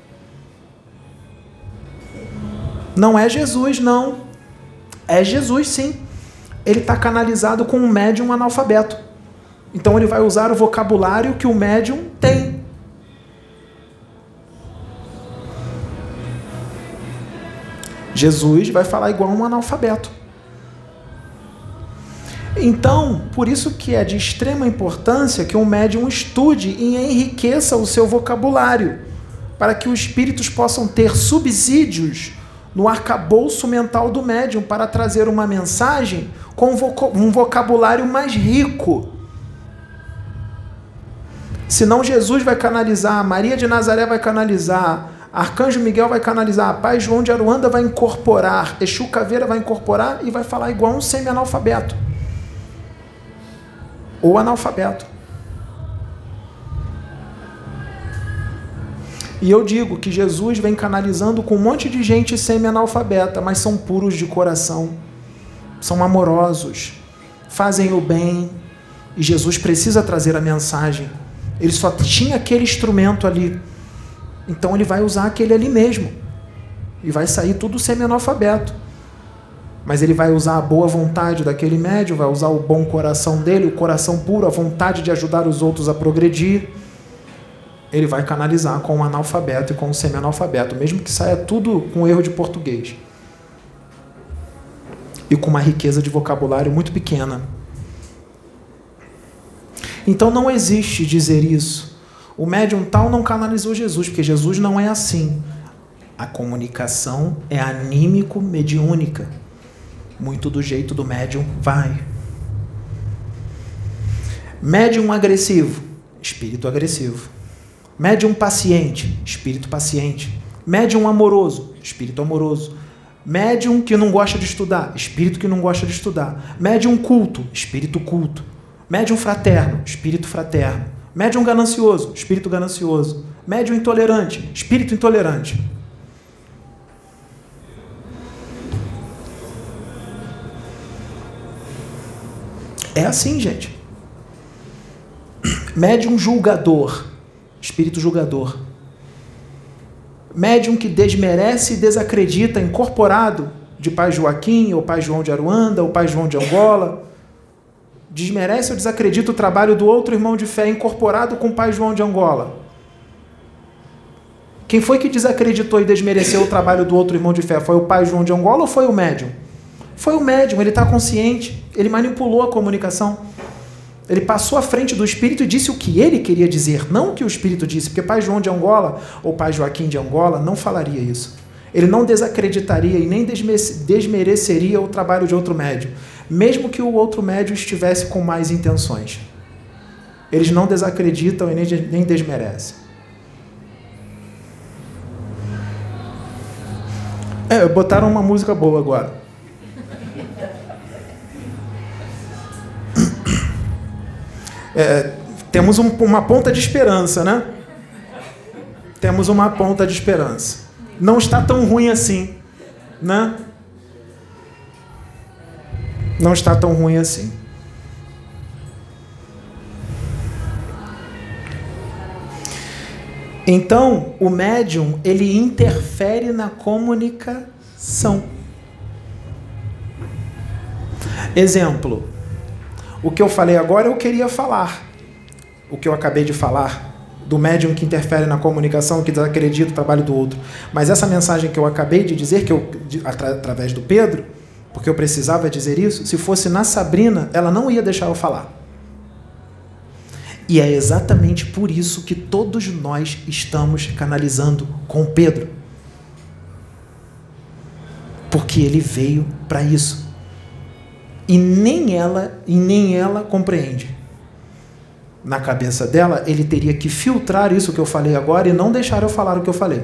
Não é Jesus, não. É Jesus, sim. Ele está canalizado com um médium analfabeto. Então ele vai usar o vocabulário que o médium tem. Jesus vai falar igual um analfabeto. Então, por isso que é de extrema importância que um médium estude e enriqueça o seu vocabulário, para que os espíritos possam ter subsídios no arcabouço mental do médium para trazer uma mensagem com um vocabulário mais rico. Senão Jesus vai canalizar, Maria de Nazaré vai canalizar, Arcanjo Miguel vai canalizar, Pai João de Aruanda vai incorporar, Exu Caveira vai incorporar e vai falar igual um semi-analfabeto. Ou analfabeto. E eu digo que Jesus vem canalizando com um monte de gente semi-analfabeta, mas são puros de coração, são amorosos, fazem o bem, e Jesus precisa trazer a mensagem. Ele só tinha aquele instrumento ali, então ele vai usar aquele ali mesmo, e vai sair tudo semi-analfabeto. Mas ele vai usar a boa vontade daquele médium, vai usar o bom coração dele, o coração puro, a vontade de ajudar os outros a progredir. Ele vai canalizar com o analfabeto e com o semi-analfabeto, mesmo que saia tudo com erro de português. E com uma riqueza de vocabulário muito pequena. Então não existe dizer isso. O médium tal não canalizou Jesus, porque Jesus não é assim. A comunicação é anímico-mediúnica. Muito do jeito do médium vai. Médium agressivo, espírito agressivo. Médium paciente, espírito paciente. Médium amoroso, espírito amoroso. Médium que não gosta de estudar, espírito que não gosta de estudar. Médium culto, espírito culto. Médium fraterno, espírito fraterno. Médium ganancioso, espírito ganancioso. Médium intolerante, espírito intolerante. É assim, gente. Médium julgador, espírito julgador. Médium que desmerece e desacredita, incorporado de Pai Joaquim, ou Pai João de Aruanda, ou Pai João de Angola. Desmerece ou desacredita o trabalho do outro irmão de fé incorporado com o Pai João de Angola. Quem foi que desacreditou e desmereceu o trabalho do outro irmão de fé? Foi o Pai João de Angola ou foi o médium? Foi o médium, ele está consciente, ele manipulou a comunicação. Ele passou à frente do espírito e disse o que ele queria dizer, não o que o espírito disse, porque Pai João de Angola ou Pai Joaquim de Angola não falaria isso. Ele não desacreditaria e nem desmereceria o trabalho de outro médium, mesmo que o outro médium estivesse com mais intenções. Eles não desacreditam e nem, nem desmerecem. É, botaram uma música boa agora. É, temos um, uma ponta de esperança, né? Temos uma ponta de esperança. Não está tão ruim assim, né? Não está tão ruim assim. Então, o médium, ele interfere na comunicação. Exemplo, o que eu falei agora eu queria falar. O que eu acabei de falar, do médium que interfere na comunicação, que desacredita o trabalho do outro. Mas essa mensagem que eu acabei de dizer, que eu, de, atra, através do Pedro, porque eu precisava dizer isso, se fosse na Sabrina, ela não ia deixar eu falar. E é exatamente por isso que todos nós estamos canalizando com Pedro. Porque ele veio para isso. E nem ela, e nem ela compreende. Na cabeça dela, ele teria que filtrar isso que eu falei agora e não deixar eu falar o que eu falei.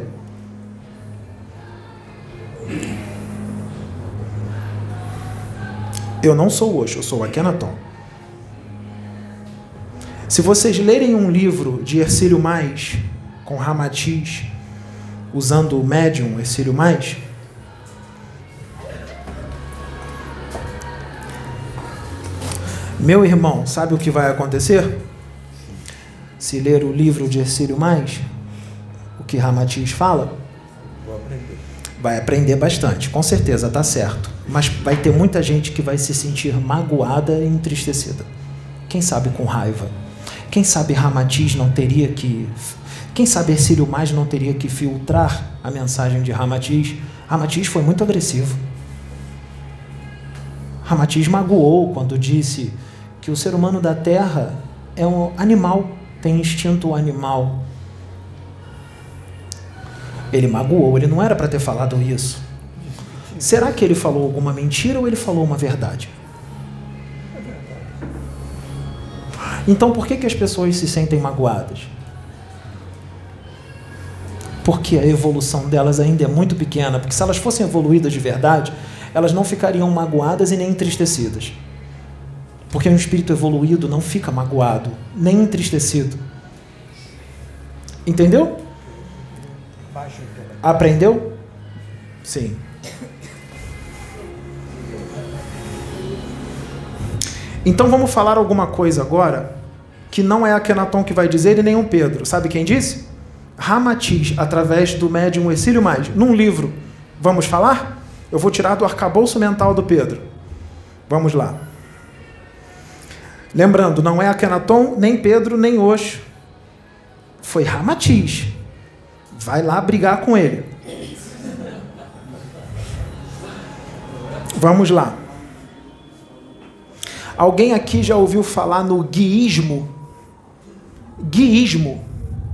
Eu não sou o Osho, eu sou o Akhenaton. Se vocês lerem um livro de Hercílio Mais, com Ramatiz, usando o médium Hercílio Mais, meu irmão, sabe o que vai acontecer? Se ler o livro de Hercílio Mais, o que Ramatiz fala, vou aprender. Vai aprender bastante, com certeza, tá certo. Mas vai ter muita gente que vai se sentir magoada e entristecida. Quem sabe com raiva. Quem sabe Ramatiz não teria que... Quem sabe Hercílio Mais não teria que filtrar a mensagem de Ramatiz. Ramatiz foi muito agressivo. Ramatiz magoou quando disse que o ser humano da Terra é um animal, tem instinto animal. Ele magoou, ele não era para ter falado isso. Será que ele falou alguma mentira ou ele falou uma verdade? Então por que que as pessoas se sentem magoadas? Porque a evolução delas ainda é muito pequena, porque se elas fossem evoluídas de verdade, elas não ficariam magoadas e nem entristecidas. Porque um espírito evoluído não fica magoado, nem entristecido. Entendeu? Aprendeu? Sim. Então vamos falar alguma coisa agora que não é Akhenaton que vai dizer e nem um Pedro. Sabe quem disse? Ramatiz, através do médium Hercílio Mais, num livro. Vamos falar? Eu vou tirar do arcabouço mental do Pedro. Vamos lá. Lembrando, não é Akhenaton, nem Pedro, nem Osho. Foi Ramatiz. Vai lá brigar com ele. Vamos lá. Alguém aqui já ouviu falar no guiísmo? Guiísmo.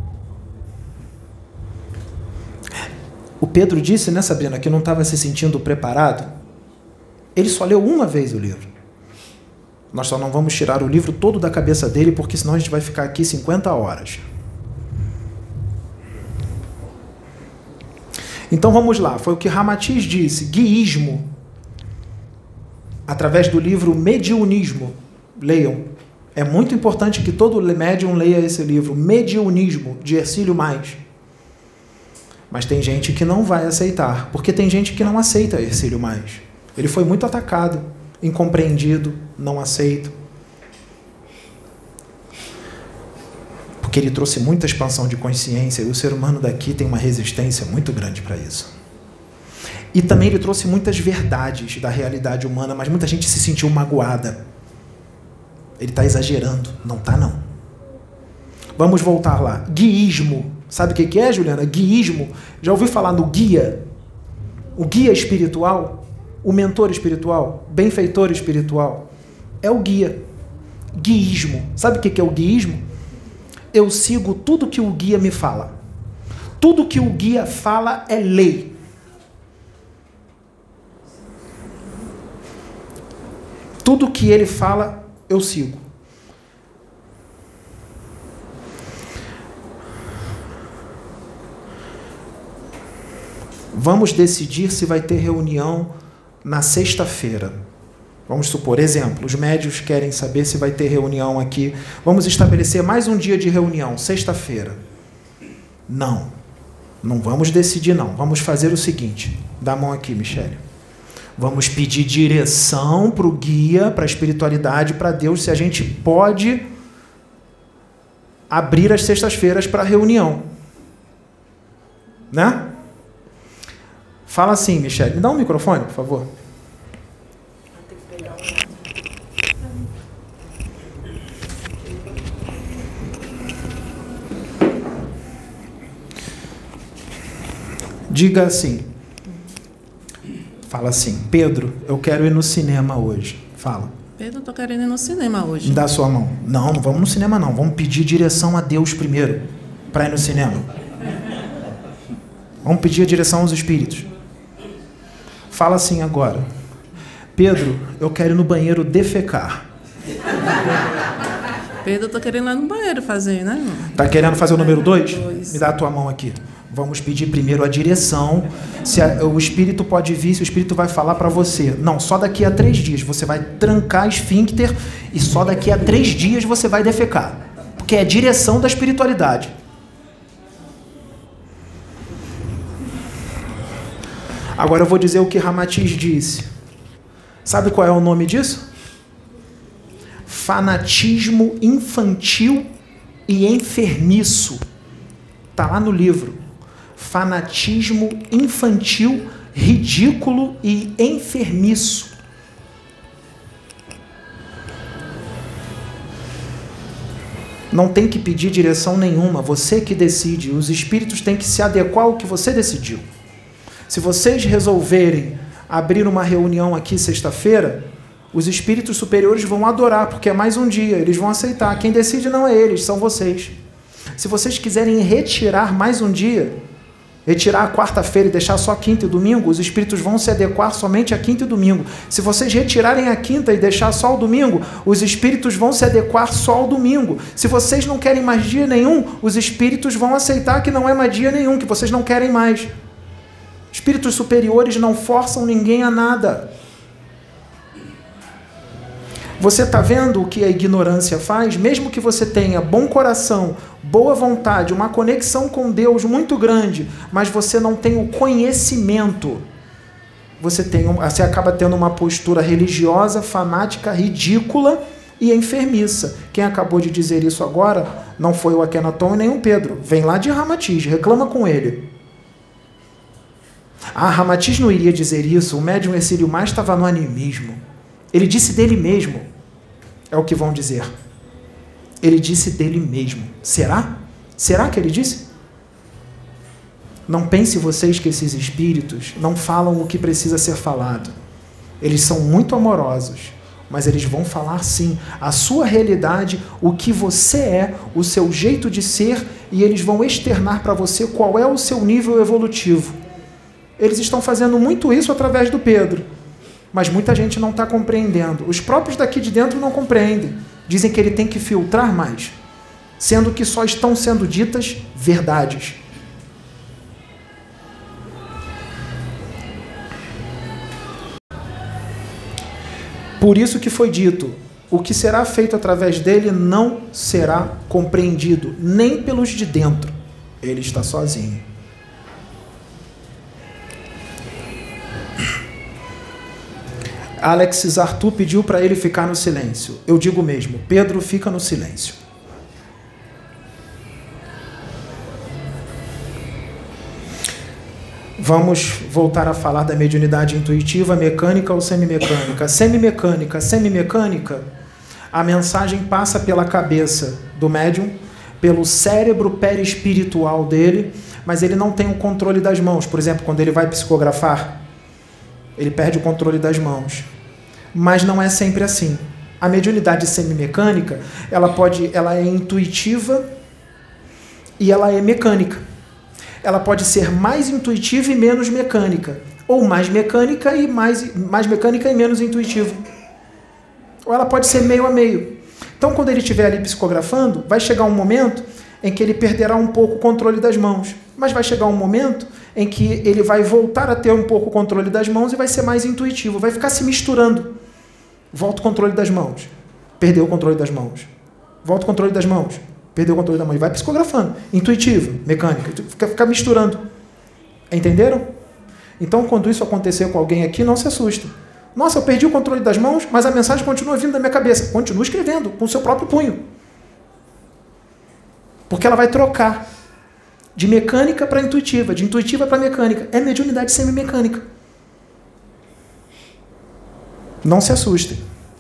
O Pedro disse, né, Sabrina, que não estava se sentindo preparado. Ele só leu uma vez o livro. Nós só não vamos tirar o livro todo da cabeça dele, porque senão a gente vai ficar aqui cinquenta horas. Então vamos lá, foi o que Ramatiz disse, guiísmo, através do livro Mediunismo. Leiam. É muito importante que todo médium leia esse livro, Mediunismo, de Hercílio Mais. Mas tem gente que não vai aceitar, porque tem gente que não aceita Hercílio Mais. Ele foi muito atacado, incompreendido, não aceito. Porque ele trouxe muita expansão de consciência e o ser humano daqui tem uma resistência muito grande para isso. E também ele trouxe muitas verdades da realidade humana, mas muita gente se sentiu magoada. Ele está exagerando. Não está, não. Vamos voltar lá. Guiísmo. Sabe o que é, Juliana? Guiísmo. Já ouviu falar no guia? O guia espiritual? O mentor espiritual? Benfeitor espiritual? É o guia. Guiísmo. Sabe o que é o guiísmo? Eu sigo tudo que o guia me fala. Tudo que o guia fala é lei. Tudo que ele fala, eu sigo. Vamos decidir se vai ter reunião na sexta-feira. Vamos supor, exemplo, os médios querem saber se vai ter reunião aqui. Vamos estabelecer mais um dia de reunião, sexta-feira. Não, não vamos decidir não. Vamos fazer o seguinte, dá a mão aqui, Michele. Vamos pedir direção para o guia, para a espiritualidade, para Deus, se a gente pode abrir as sextas-feiras para reunião. Né? Fala assim, Michele. Me dá um microfone, por favor. Diga assim. Fala assim, Pedro, eu quero ir no cinema hoje. Fala. Pedro, eu tô querendo ir no cinema hoje. Me dá a sua mão. Não, não vamos no cinema não. Vamos pedir direção a Deus primeiro para ir no cinema. Vamos pedir a direção aos espíritos. Fala assim agora. Pedro, eu quero ir no banheiro defecar. Pedro, eu tô querendo ir lá no banheiro fazer, né, irmão? Tá querendo fazer o número dois? Dois. Me dá a tua mão aqui. Vamos pedir primeiro a direção. Se a, o espírito pode vir, se o espírito vai falar para você. Não, só daqui a três dias você vai trancar a esfíncter e só daqui a três dias você vai defecar. Porque é a direção da espiritualidade. Agora eu vou dizer o que Ramatiz disse. Sabe qual é o nome disso? Fanatismo infantil e enfermiço. Está lá no livro. Fanatismo infantil, ridículo e enfermiço. Não tem que pedir direção nenhuma, você que decide. Os espíritos têm que se adequar ao que você decidiu. Se vocês resolverem abrir uma reunião aqui sexta-feira, os espíritos superiores vão adorar, porque é mais um dia, eles vão aceitar. Quem decide não é eles, são vocês. Se vocês quiserem retirar mais um dia, retirar a quarta-feira e deixar só quinta e domingo, os espíritos vão se adequar somente a quinta e domingo. Se vocês retirarem a quinta e deixar só o domingo, os espíritos vão se adequar só ao domingo. Se vocês não querem mais dia nenhum, os espíritos vão aceitar que não é mais dia nenhum, que vocês não querem mais. Espíritos superiores não forçam ninguém a nada. Você está vendo o que a ignorância faz? Mesmo que você tenha bom coração, boa vontade, uma conexão com Deus muito grande, mas você não tem o conhecimento, você, tem, você acaba tendo uma postura religiosa, fanática, ridícula e enfermiça. Quem acabou de dizer isso agora não foi o Akhenaton e nem o Pedro. Vem lá de Ramatiz, reclama com ele. Ah, Ramatiz não iria dizer isso, o médium Hercílio Mais estava no animismo. Ele disse dele mesmo. É o que vão dizer. Ele disse dele mesmo. Será? Será que ele disse? Não pense vocês que esses espíritos não falam o que precisa ser falado. Eles são muito amorosos, mas eles vão falar sim a sua realidade, o que você é, o seu jeito de ser, e eles vão externar para você qual é o seu nível evolutivo. Eles estão fazendo muito isso através do Pedro. Mas muita gente não está compreendendo. Os próprios daqui de dentro não compreendem. Dizem que ele tem que filtrar mais, sendo que só estão sendo ditas verdades. Por isso que foi dito, o que será feito através dele não será compreendido, nem pelos de dentro. Ele está sozinho. Alex Arthur pediu para ele ficar no silêncio. Eu digo mesmo, Pedro, fica no silêncio. Vamos voltar a falar da mediunidade intuitiva, mecânica ou semimecânica. Semimecânica, semimecânica, a mensagem passa pela cabeça do médium, pelo cérebro perispiritual dele, mas ele não tem o controle das mãos. Por exemplo, quando ele vai psicografar, ele perde o controle das mãos. Mas não é sempre assim. A mediunidade semimecânica, ela pode, ela é intuitiva e ela é mecânica. Ela pode ser mais intuitiva e menos mecânica, ou mais mecânica e mais, mais mecânica e menos intuitiva. Ou ela pode ser meio a meio. Então, quando ele estiver ali psicografando, vai chegar um momento em que ele perderá um pouco o controle das mãos. Mas vai chegar um momento em que ele vai voltar a ter um pouco o controle das mãos e vai ser mais intuitivo, vai ficar se misturando. Volta o controle das mãos, perdeu o controle das mãos. Volta o controle das mãos, perdeu o controle das mãos. Vai psicografando, intuitivo, mecânico, fica, fica misturando. Entenderam? Então, quando isso acontecer com alguém aqui, não se assusta. Nossa, eu perdi o controle das mãos, mas a mensagem continua vindo da minha cabeça. Continua escrevendo com o seu próprio punho. Porque ela vai trocar. De mecânica para intuitiva, de intuitiva para mecânica. É mediunidade semimecânica. Não se assustem.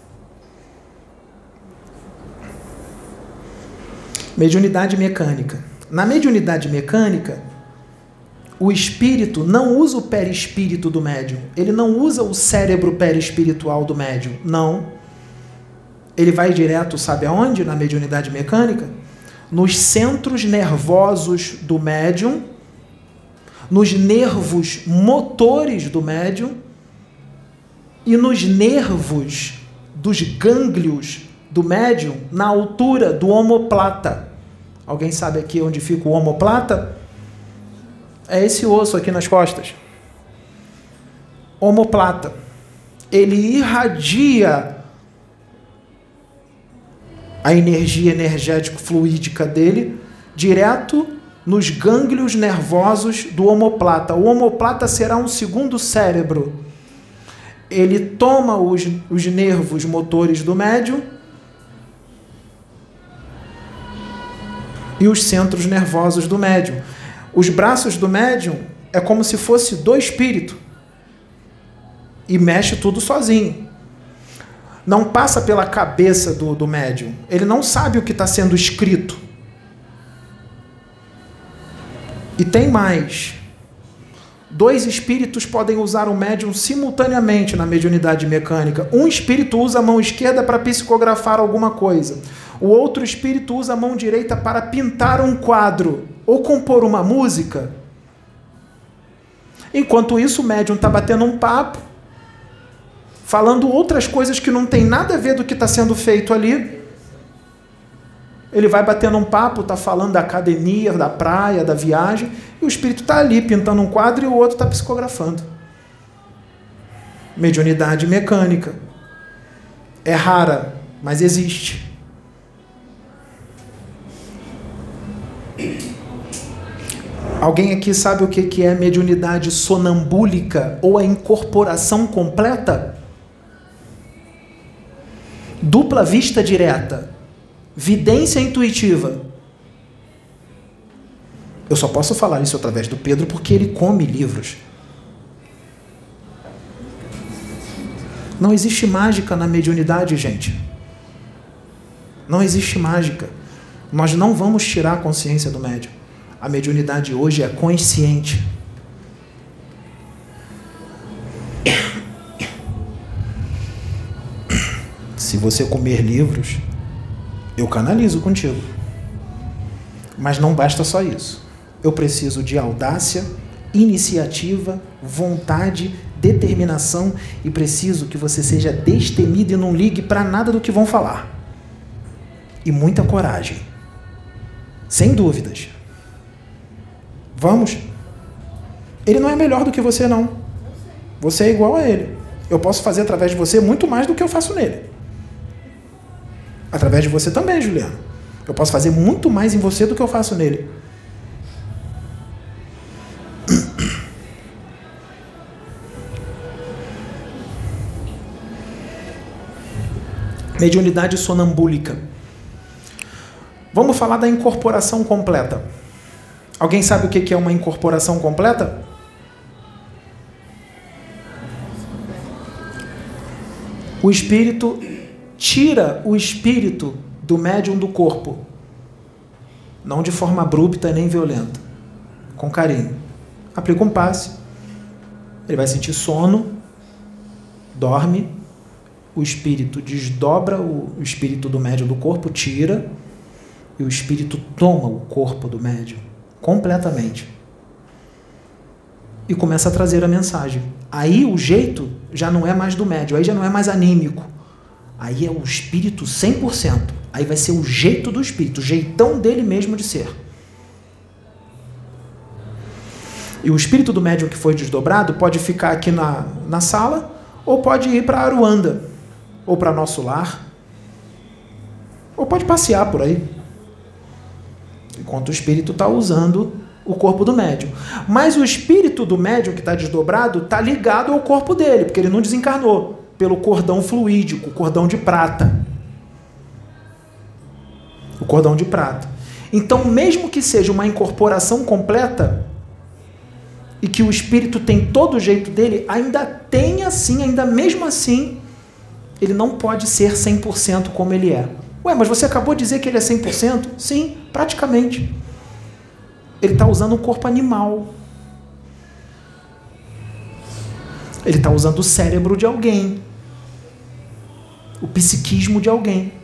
Mediunidade mecânica. Na mediunidade mecânica, o espírito não usa o perispírito do médium. Ele não usa o cérebro perispiritual do médium. Não. Ele vai direto, sabe aonde? Na mediunidade mecânica? Nos centros nervosos do médium, nos nervos motores do médium e nos nervos dos gânglios do médium na altura do omoplata. Alguém sabe aqui onde fica o omoplata? É esse osso aqui nas costas. Omoplata. Ele irradia a energia energético-fluídica dele direto nos gânglios nervosos do omoplata. O omoplata será um segundo cérebro. Ele toma os, os nervos motores do médium e os centros nervosos do médium. Os braços do médium é como se fosse do espírito e mexe tudo sozinho. Não passa pela cabeça do, do médium. Ele não sabe o que está sendo escrito. E tem mais. Dois espíritos podem usar o médium simultaneamente na mediunidade mecânica. Um espírito usa a mão esquerda para psicografar alguma coisa. O outro espírito usa a mão direita para pintar um quadro ou compor uma música. Enquanto isso, o médium está batendo um papo, falando outras coisas que não tem nada a ver do que está sendo feito ali. Ele vai batendo um papo, está falando da academia, da praia, da viagem, e o espírito está ali pintando um quadro e o outro está psicografando. Mediunidade mecânica. É rara, mas existe. Alguém aqui sabe o que é mediunidade sonambúlica ou a incorporação completa? Dupla vista direta. Vidência intuitiva. Eu só posso falar isso através do Pedro porque ele come livros. Não existe mágica na mediunidade, gente. Não existe mágica. Nós não vamos tirar a consciência do médium. A mediunidade hoje é consciente. Se você comer livros, eu canalizo contigo. Mas não basta só isso. Eu preciso de audácia, iniciativa, vontade, determinação e preciso que você seja destemido e não ligue para nada do que vão falar. E muita coragem. Sem dúvidas. Vamos? Ele não é melhor do que você, não. Você é igual a ele. Eu posso fazer através de você muito mais do que eu faço nele. Através de você também, Juliano. Eu posso fazer muito mais em você do que eu faço nele. Mediunidade sonambúlica. Vamos falar da incorporação completa. Alguém sabe o que é uma incorporação completa? O espírito tira o espírito do médium do corpo. Não de forma abrupta nem violenta. Com carinho. Aplica um passe. Ele vai sentir sono. Dorme. O espírito desdobra o espírito do médium do corpo, tira. E o espírito toma o corpo do médium. Completamente. E começa a trazer a mensagem. Aí o jeito já não é mais do médium. Aí já não é mais anímico. Aí é o espírito cem por cento. Aí vai ser o jeito do espírito, o jeitão dele mesmo de ser. E o espírito do médium que foi desdobrado pode ficar aqui na, na sala ou pode ir para Aruanda, ou para nosso lar, ou pode passear por aí, enquanto o espírito está usando o corpo do médium. Mas o espírito do médium que está desdobrado está ligado ao corpo dele, porque ele não desencarnou. Pelo cordão fluídico, o cordão de prata. O cordão de prata. Então, mesmo que seja uma incorporação completa, e que o espírito tem todo o jeito dele, ainda tem assim, ainda mesmo assim, ele não pode ser cem por cento como ele é. Ué, mas você acabou de dizer que ele é cem por cento? Sim, praticamente. Ele está usando um corpo animal. Ele está usando o cérebro de alguém. O psiquismo de alguém.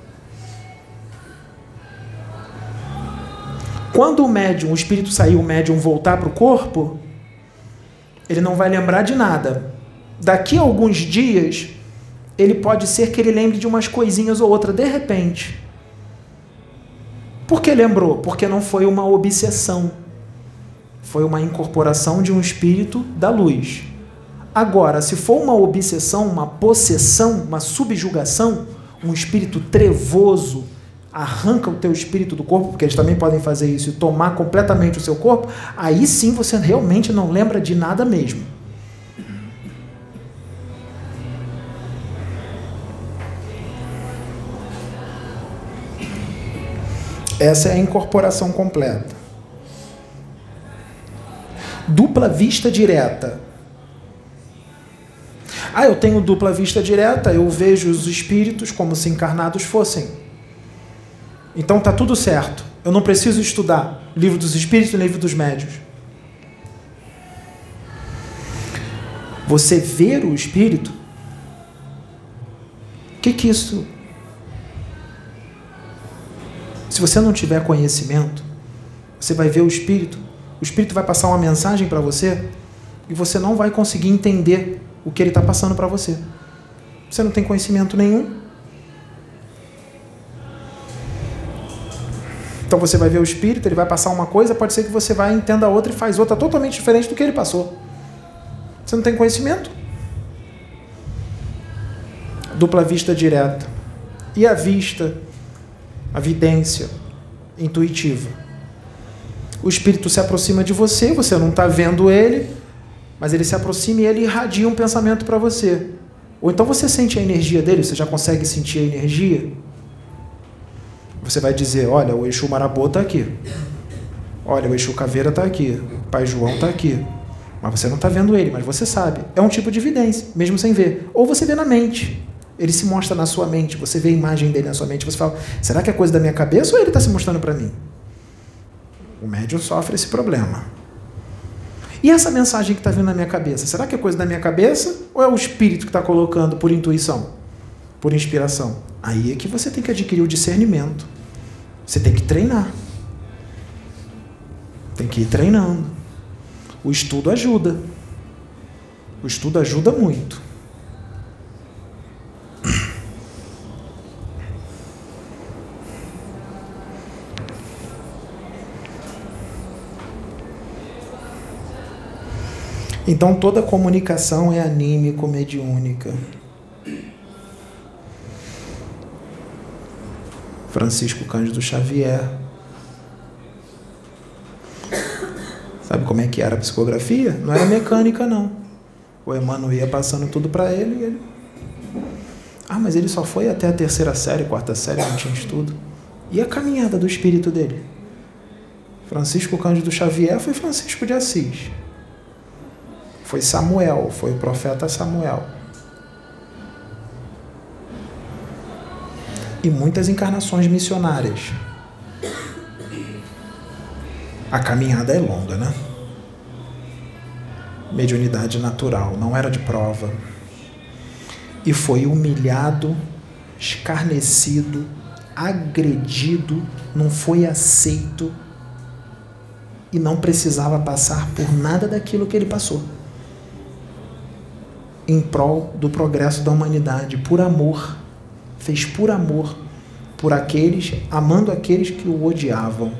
Quando o médium, o espírito sair, o médium voltar para o corpo, ele não vai lembrar de nada. Daqui a alguns dias, ele pode ser que ele lembre de umas coisinhas ou outra, de repente. Por que lembrou? Porque não foi uma obsessão. Foi uma incorporação de um espírito da luz. Agora, se for uma obsessão, uma possessão, uma subjugação, um espírito trevoso arranca o teu espírito do corpo, porque eles também podem fazer isso, e tomar completamente o seu corpo, aí sim você realmente não lembra de nada mesmo. Essa é a incorporação completa. Dupla vista direta. Ah, eu tenho dupla vista direta, eu vejo os espíritos como se encarnados fossem. Então está tudo certo. Eu não preciso estudar livro dos espíritos e livro dos médiuns. Você ver o espírito, o que que isso... Se você não tiver conhecimento, você vai ver o espírito, o espírito vai passar uma mensagem para você e você não vai conseguir entender o que ele está passando para você. Você não tem conhecimento nenhum. Então você vai ver o espírito, ele vai passar uma coisa, pode ser que você vai entenda outra e faz outra totalmente diferente do que ele passou. Você não tem conhecimento. Dupla vista direta. E a vista, a vidência intuitiva. O espírito se aproxima de você, você não está vendo ele, mas ele se aproxima e ele irradia um pensamento para você. Ou então você sente a energia dele, você já consegue sentir a energia. Você vai dizer, olha, o Exu Marabô está aqui. Olha, o Exu Caveira está aqui. O Pai João está aqui. Mas você não está vendo ele, mas você sabe. É um tipo de evidência, mesmo sem ver. Ou você vê na mente. Ele se mostra na sua mente. Você vê a imagem dele na sua mente. Você fala, será que é coisa da minha cabeça ou ele está se mostrando para mim? O médium sofre esse problema. E essa mensagem que está vindo na minha cabeça? Será que é coisa da minha cabeça ou é o espírito que está colocando por intuição? Por inspiração? Aí é que você tem que adquirir o discernimento. Você tem que treinar. Tem que ir treinando. O estudo ajuda. O estudo ajuda muito. Então toda comunicação é anímico-mediúnica. Francisco Cândido Xavier. Sabe como é que era a psicografia? Não era mecânica, não. O Emmanuel ia passando tudo para ele e ele... Ah, mas ele só foi até a terceira série, quarta série, não tinha estudo. E a caminhada do espírito dele? Francisco Cândido Xavier foi Francisco de Assis. Foi Samuel, foi o profeta Samuel. E muitas encarnações missionárias. A caminhada é longa, né? Mediunidade natural, não era de prova. E foi humilhado, escarnecido, agredido, não foi aceito e não precisava passar por nada daquilo que ele passou. Em prol do progresso da humanidade, por amor. Fez por amor, por aqueles, amando aqueles que o odiavam.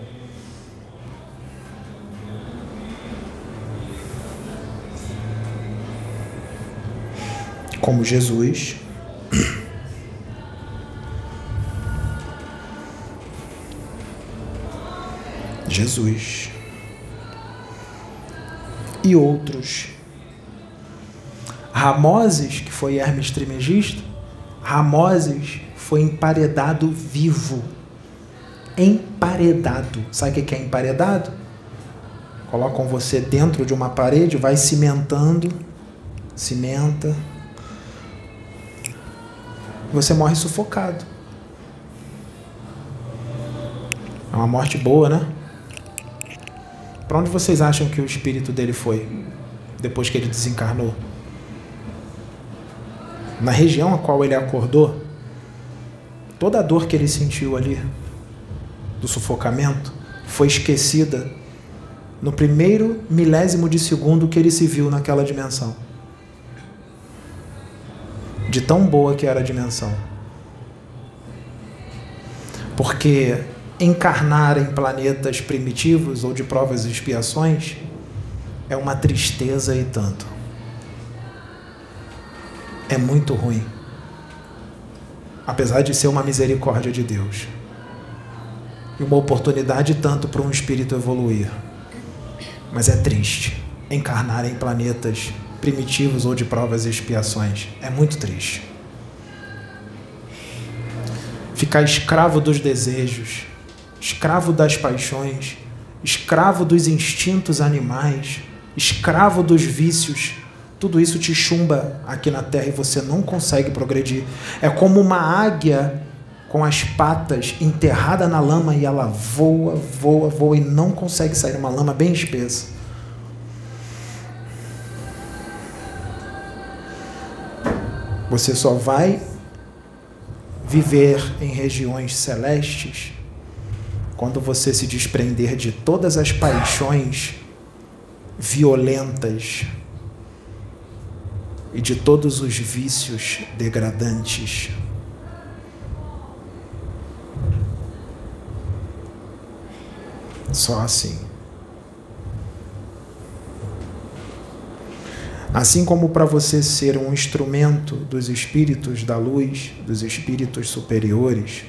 Como Jesus. Jesus. E outros. Ramoses, que foi Hermes Trismegisto, Ramoses foi emparedado vivo. emparedado. Sabe o que é emparedado? Colocam você dentro de uma parede, vai cimentando, cimenta, você morre sufocado. É uma morte boa, né? Para onde vocês acham que o espírito dele foi depois que ele desencarnou? Na região a qual ele acordou, toda a dor que ele sentiu ali, do sufocamento, foi esquecida no primeiro milésimo de segundo que ele se viu naquela dimensão. De tão boa que era a dimensão. Porque encarnar em planetas primitivos ou de provas e expiações é uma tristeza e tanto. É muito ruim. Apesar de ser uma misericórdia de Deus. E uma oportunidade tanto para um espírito evoluir. Mas é triste encarnar em planetas primitivos ou de provas e expiações. É muito triste. Ficar escravo dos desejos, escravo das paixões, escravo dos instintos animais, escravo dos vícios, tudo isso te chumba aqui na Terra e você não consegue progredir. É como uma águia com as patas enterrada na lama e ela voa, voa, voa e não consegue sair, uma lama bem espessa. Você só vai viver em regiões celestes quando você se desprender de todas as paixões violentas e de todos os vícios degradantes. Só assim. Assim como para você ser um instrumento dos espíritos da luz, dos espíritos superiores,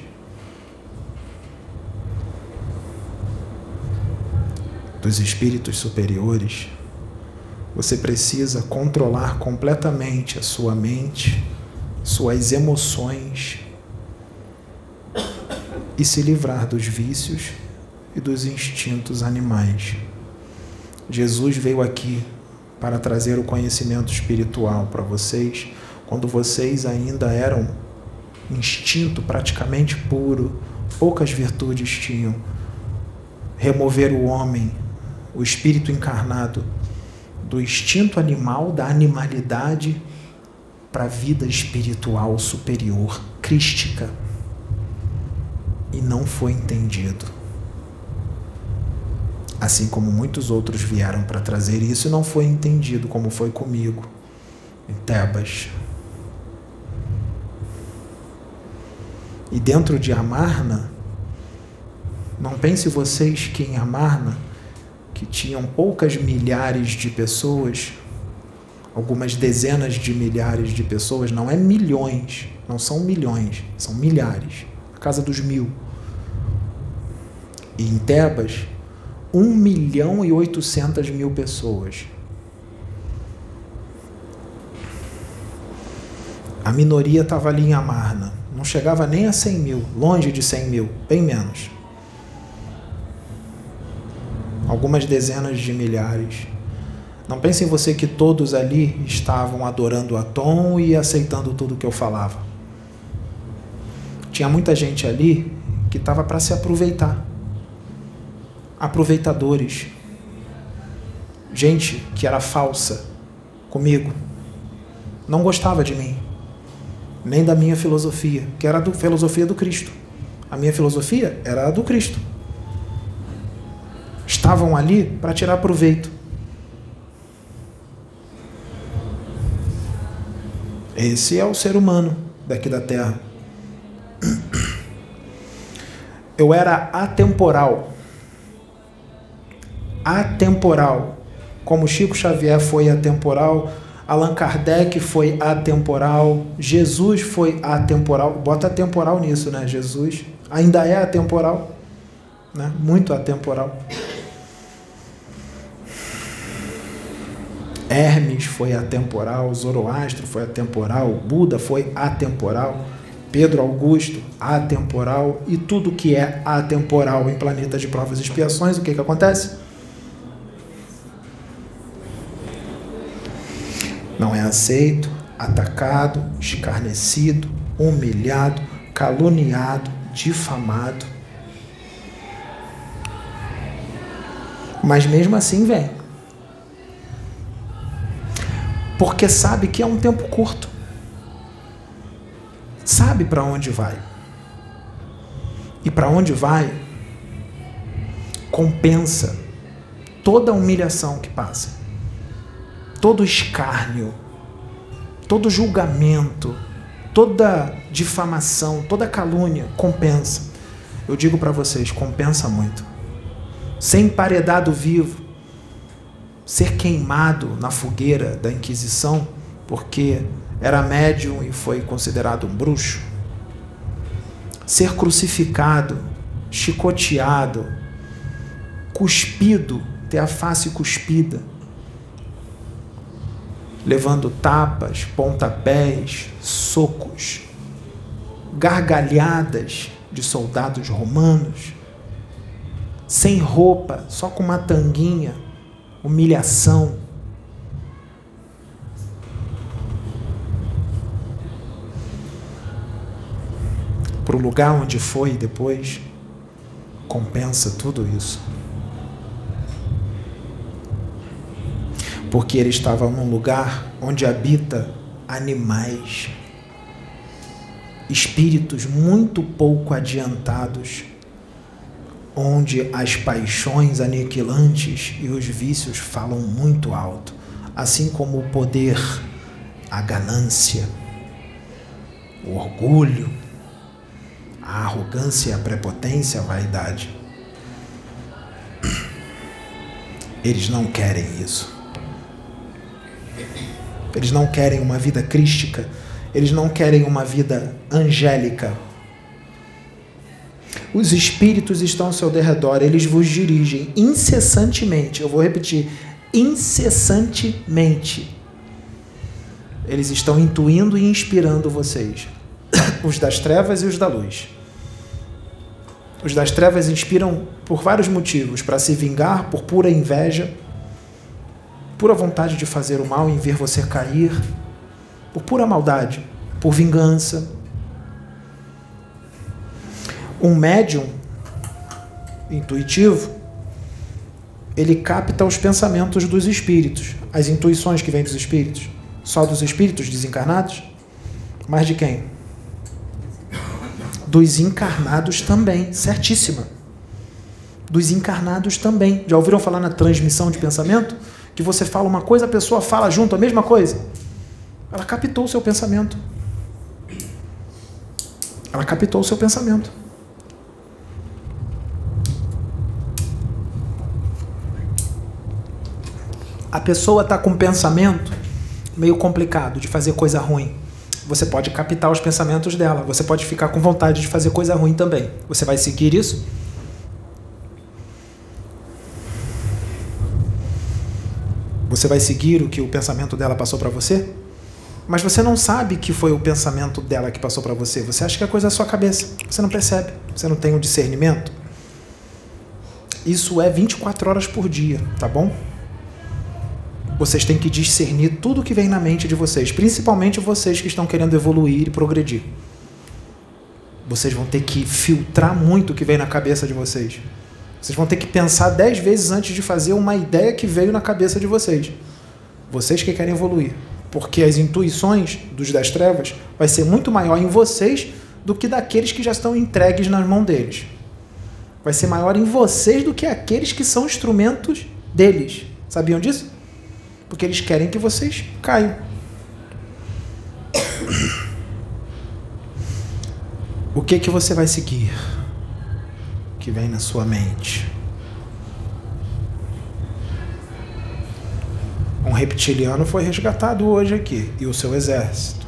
dos espíritos superiores, você precisa controlar completamente a sua mente, suas emoções e se livrar dos vícios e dos instintos animais. Jesus veio aqui para trazer o conhecimento espiritual para vocês, quando vocês ainda eram instinto praticamente puro, poucas virtudes tinham. Remover o homem, o espírito encarnado, do instinto animal, da animalidade, para a vida espiritual superior, crística. E não foi entendido. Assim como muitos outros vieram para trazer isso, não foi entendido, como foi comigo, em Tebas. E dentro de Amarna, não pense vocês que em Amarna, que tinham poucas milhares de pessoas, algumas dezenas de milhares de pessoas, não é milhões, não são milhões, são milhares, a casa dos mil. E em Tebas, um milhão e oitocentas mil pessoas. A minoria estava ali em Amarna, não chegava nem a cem mil, longe de cem mil, bem menos. Algumas dezenas de milhares. Não pense em você que todos ali estavam adorando a Tom e aceitando tudo que eu falava. Tinha muita gente ali que estava para se aproveitar. Aproveitadores. Gente que era falsa comigo. Não gostava de mim. Nem da minha filosofia, que era a filosofia do Cristo. A minha filosofia era a do Cristo. Estavam ali para tirar proveito. Esse é o ser humano daqui da Terra. Eu era atemporal. Atemporal. Como Chico Xavier foi atemporal, Allan Kardec foi atemporal, Jesus foi atemporal. Bota atemporal nisso, né? Jesus ainda é atemporal, né? Muito atemporal. Hermes foi atemporal, Zoroastro foi atemporal, Buda foi atemporal, Pedro Augusto, atemporal, e tudo que é atemporal em planeta de provas e expiações, o que que acontece? Não é aceito, atacado, escarnecido, humilhado, caluniado, difamado. Mas mesmo assim vem. Porque sabe que é um tempo curto. Sabe para onde vai. E para onde vai, compensa toda a humilhação que passa, todo escárnio, todo julgamento, toda difamação, toda calúnia, compensa. Eu digo para vocês, compensa muito. Ser emparedado vivo, ser queimado na fogueira da Inquisição, porque era médium e foi considerado um bruxo, ser crucificado, chicoteado, cuspido, ter a face cuspida, levando tapas, pontapés, socos, gargalhadas de soldados romanos, sem roupa, só com uma tanguinha, humilhação. Para o lugar onde foi depois, compensa tudo isso. Porque ele estava num lugar onde habita animais, espíritos muito pouco adiantados, onde as paixões aniquilantes e os vícios falam muito alto, assim como o poder, a ganância, o orgulho, a arrogância, a prepotência, a vaidade. Eles não querem isso. Eles não querem uma vida crística. Eles não querem uma vida angélica. Os espíritos estão ao seu derredor. Eles vos dirigem incessantemente. Eu vou repetir. Incessantemente. Eles estão intuindo e inspirando vocês. Os das trevas e os da luz. Os das trevas inspiram por vários motivos. Para se vingar, por pura inveja, pura vontade de fazer o mal em ver você cair, por pura maldade, por vingança. Um médium intuitivo, ele capta os pensamentos dos espíritos, as intuições que vêm dos espíritos. Só dos espíritos desencarnados? Mas de quem? Dos encarnados também, certíssima. Dos encarnados também. Já ouviram falar na transmissão de pensamento? Que você fala uma coisa, a pessoa fala junto a mesma coisa. Ela captou o seu pensamento. Ela captou o seu pensamento. A pessoa está com um pensamento meio complicado de fazer coisa ruim. Você pode captar os pensamentos dela. Você pode ficar com vontade de fazer coisa ruim também. Você vai seguir isso? Você vai seguir o que o pensamento dela passou para você? Mas você não sabe que foi o pensamento dela que passou para você. Você acha que é coisa da sua cabeça. Você não percebe. Você não tem um discernimento. Isso é vinte e quatro horas por dia, tá bom? Vocês têm que discernir tudo que vem na mente de vocês, principalmente vocês que estão querendo evoluir e progredir. Vocês vão ter que filtrar muito o que vem na cabeça de vocês. Vocês vão ter que pensar dez vezes antes de fazer uma ideia que veio na cabeça de vocês. Vocês que querem evoluir. Porque as intuições dos das trevas vai ser muito maior em vocês do que daqueles que já estão entregues nas mãos deles. Vai ser maior em vocês do que aqueles que são instrumentos deles. Sabiam disso? Porque eles querem que vocês caiam. O que que você vai seguir? Que vem na sua mente? Um reptiliano foi resgatado hoje aqui, e o seu exército.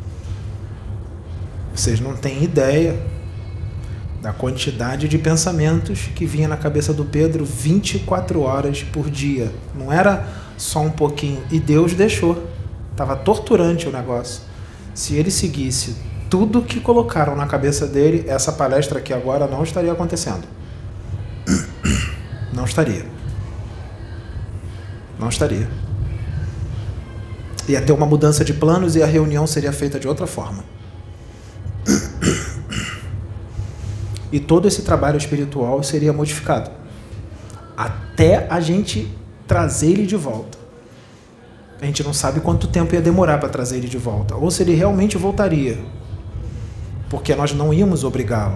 Vocês não têm ideia da quantidade de pensamentos que vinha na cabeça do Pedro vinte e quatro horas por dia. Não era só um pouquinho. E Deus deixou. Estava torturante o negócio. Se ele seguisse tudo que colocaram na cabeça dele, essa palestra aqui agora não estaria acontecendo. Não estaria. Não estaria. Ia ter uma mudança de planos e a reunião seria feita de outra forma. E todo esse trabalho espiritual seria modificado. Até a gente trazer ele de volta. A gente não sabe quanto tempo ia demorar para trazer ele de volta. Ou se ele realmente voltaria. Porque nós não íamos obrigá-lo.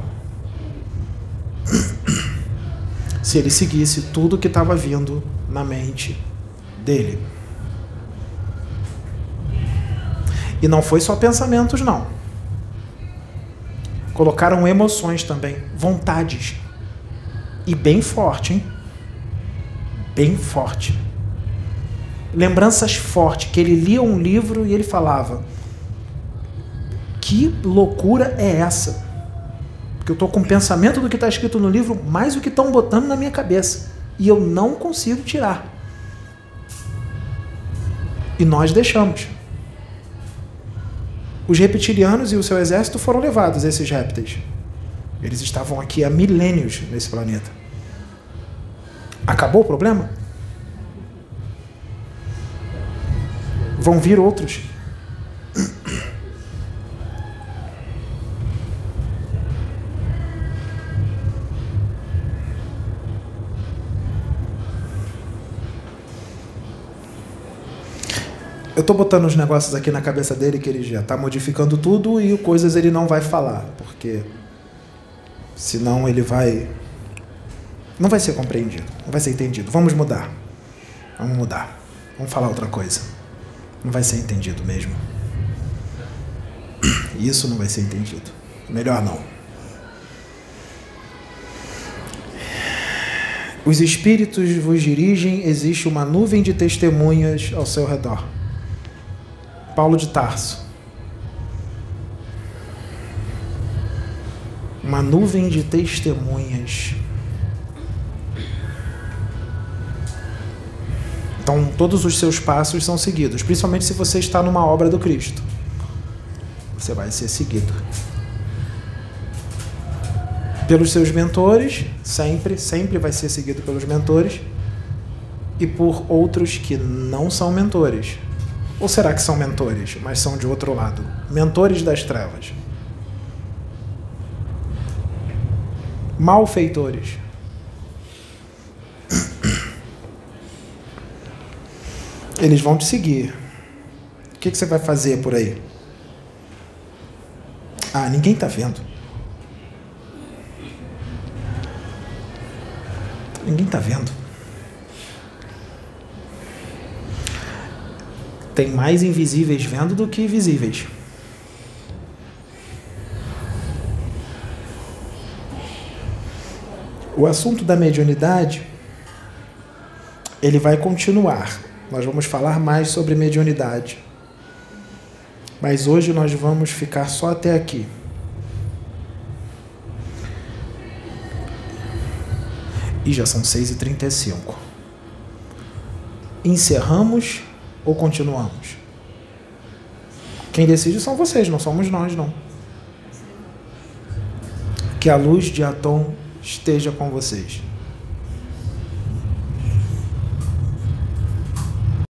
Se ele seguisse tudo que estava vindo na mente dele. E não foi só pensamentos, não. Colocaram emoções também, vontades. E bem forte, hein? Bem forte. Lembranças fortes, que ele lia um livro e ele falava: que loucura é essa? Porque eu estou com o pensamento do que está escrito no livro, mais o que estão botando na minha cabeça. E eu não consigo tirar. E nós deixamos. Os reptilianos e o seu exército foram levados, esses répteis. Eles estavam aqui há milênios nesse planeta. Acabou o problema? Vão vir outros. Eu estou botando os negócios aqui na cabeça dele que ele já está modificando tudo e coisas ele não vai falar, porque senão ele vai... não vai ser compreendido, não vai ser entendido. Vamos mudar. Vamos mudar. Vamos falar outra coisa. Não vai ser entendido mesmo. Isso não vai ser entendido. Melhor não. Os espíritos vos dirigem, existe uma nuvem de testemunhas ao seu redor. Paulo de Tarso. Uma nuvem de testemunhas. Então, todos os seus passos são seguidos, principalmente se você está numa obra do Cristo. Você vai ser seguido. Pelos seus mentores, sempre, sempre vai ser seguido pelos mentores, e por outros que não são mentores. Ou será que são mentores, mas são de outro lado? Mentores das trevas. Malfeitores. Eles vão te seguir. O que, que você vai fazer por aí? Ah, ninguém está vendo. Ninguém está vendo. Tem mais invisíveis vendo do que visíveis. O assunto da mediunidade, ele vai continuar. Nós vamos falar mais sobre mediunidade. Mas hoje nós vamos ficar só até aqui. E já são seis e trinta e cinco. Encerramos ou continuamos? Quem decide são vocês, não somos nós, não. Que a luz de Atom esteja com vocês.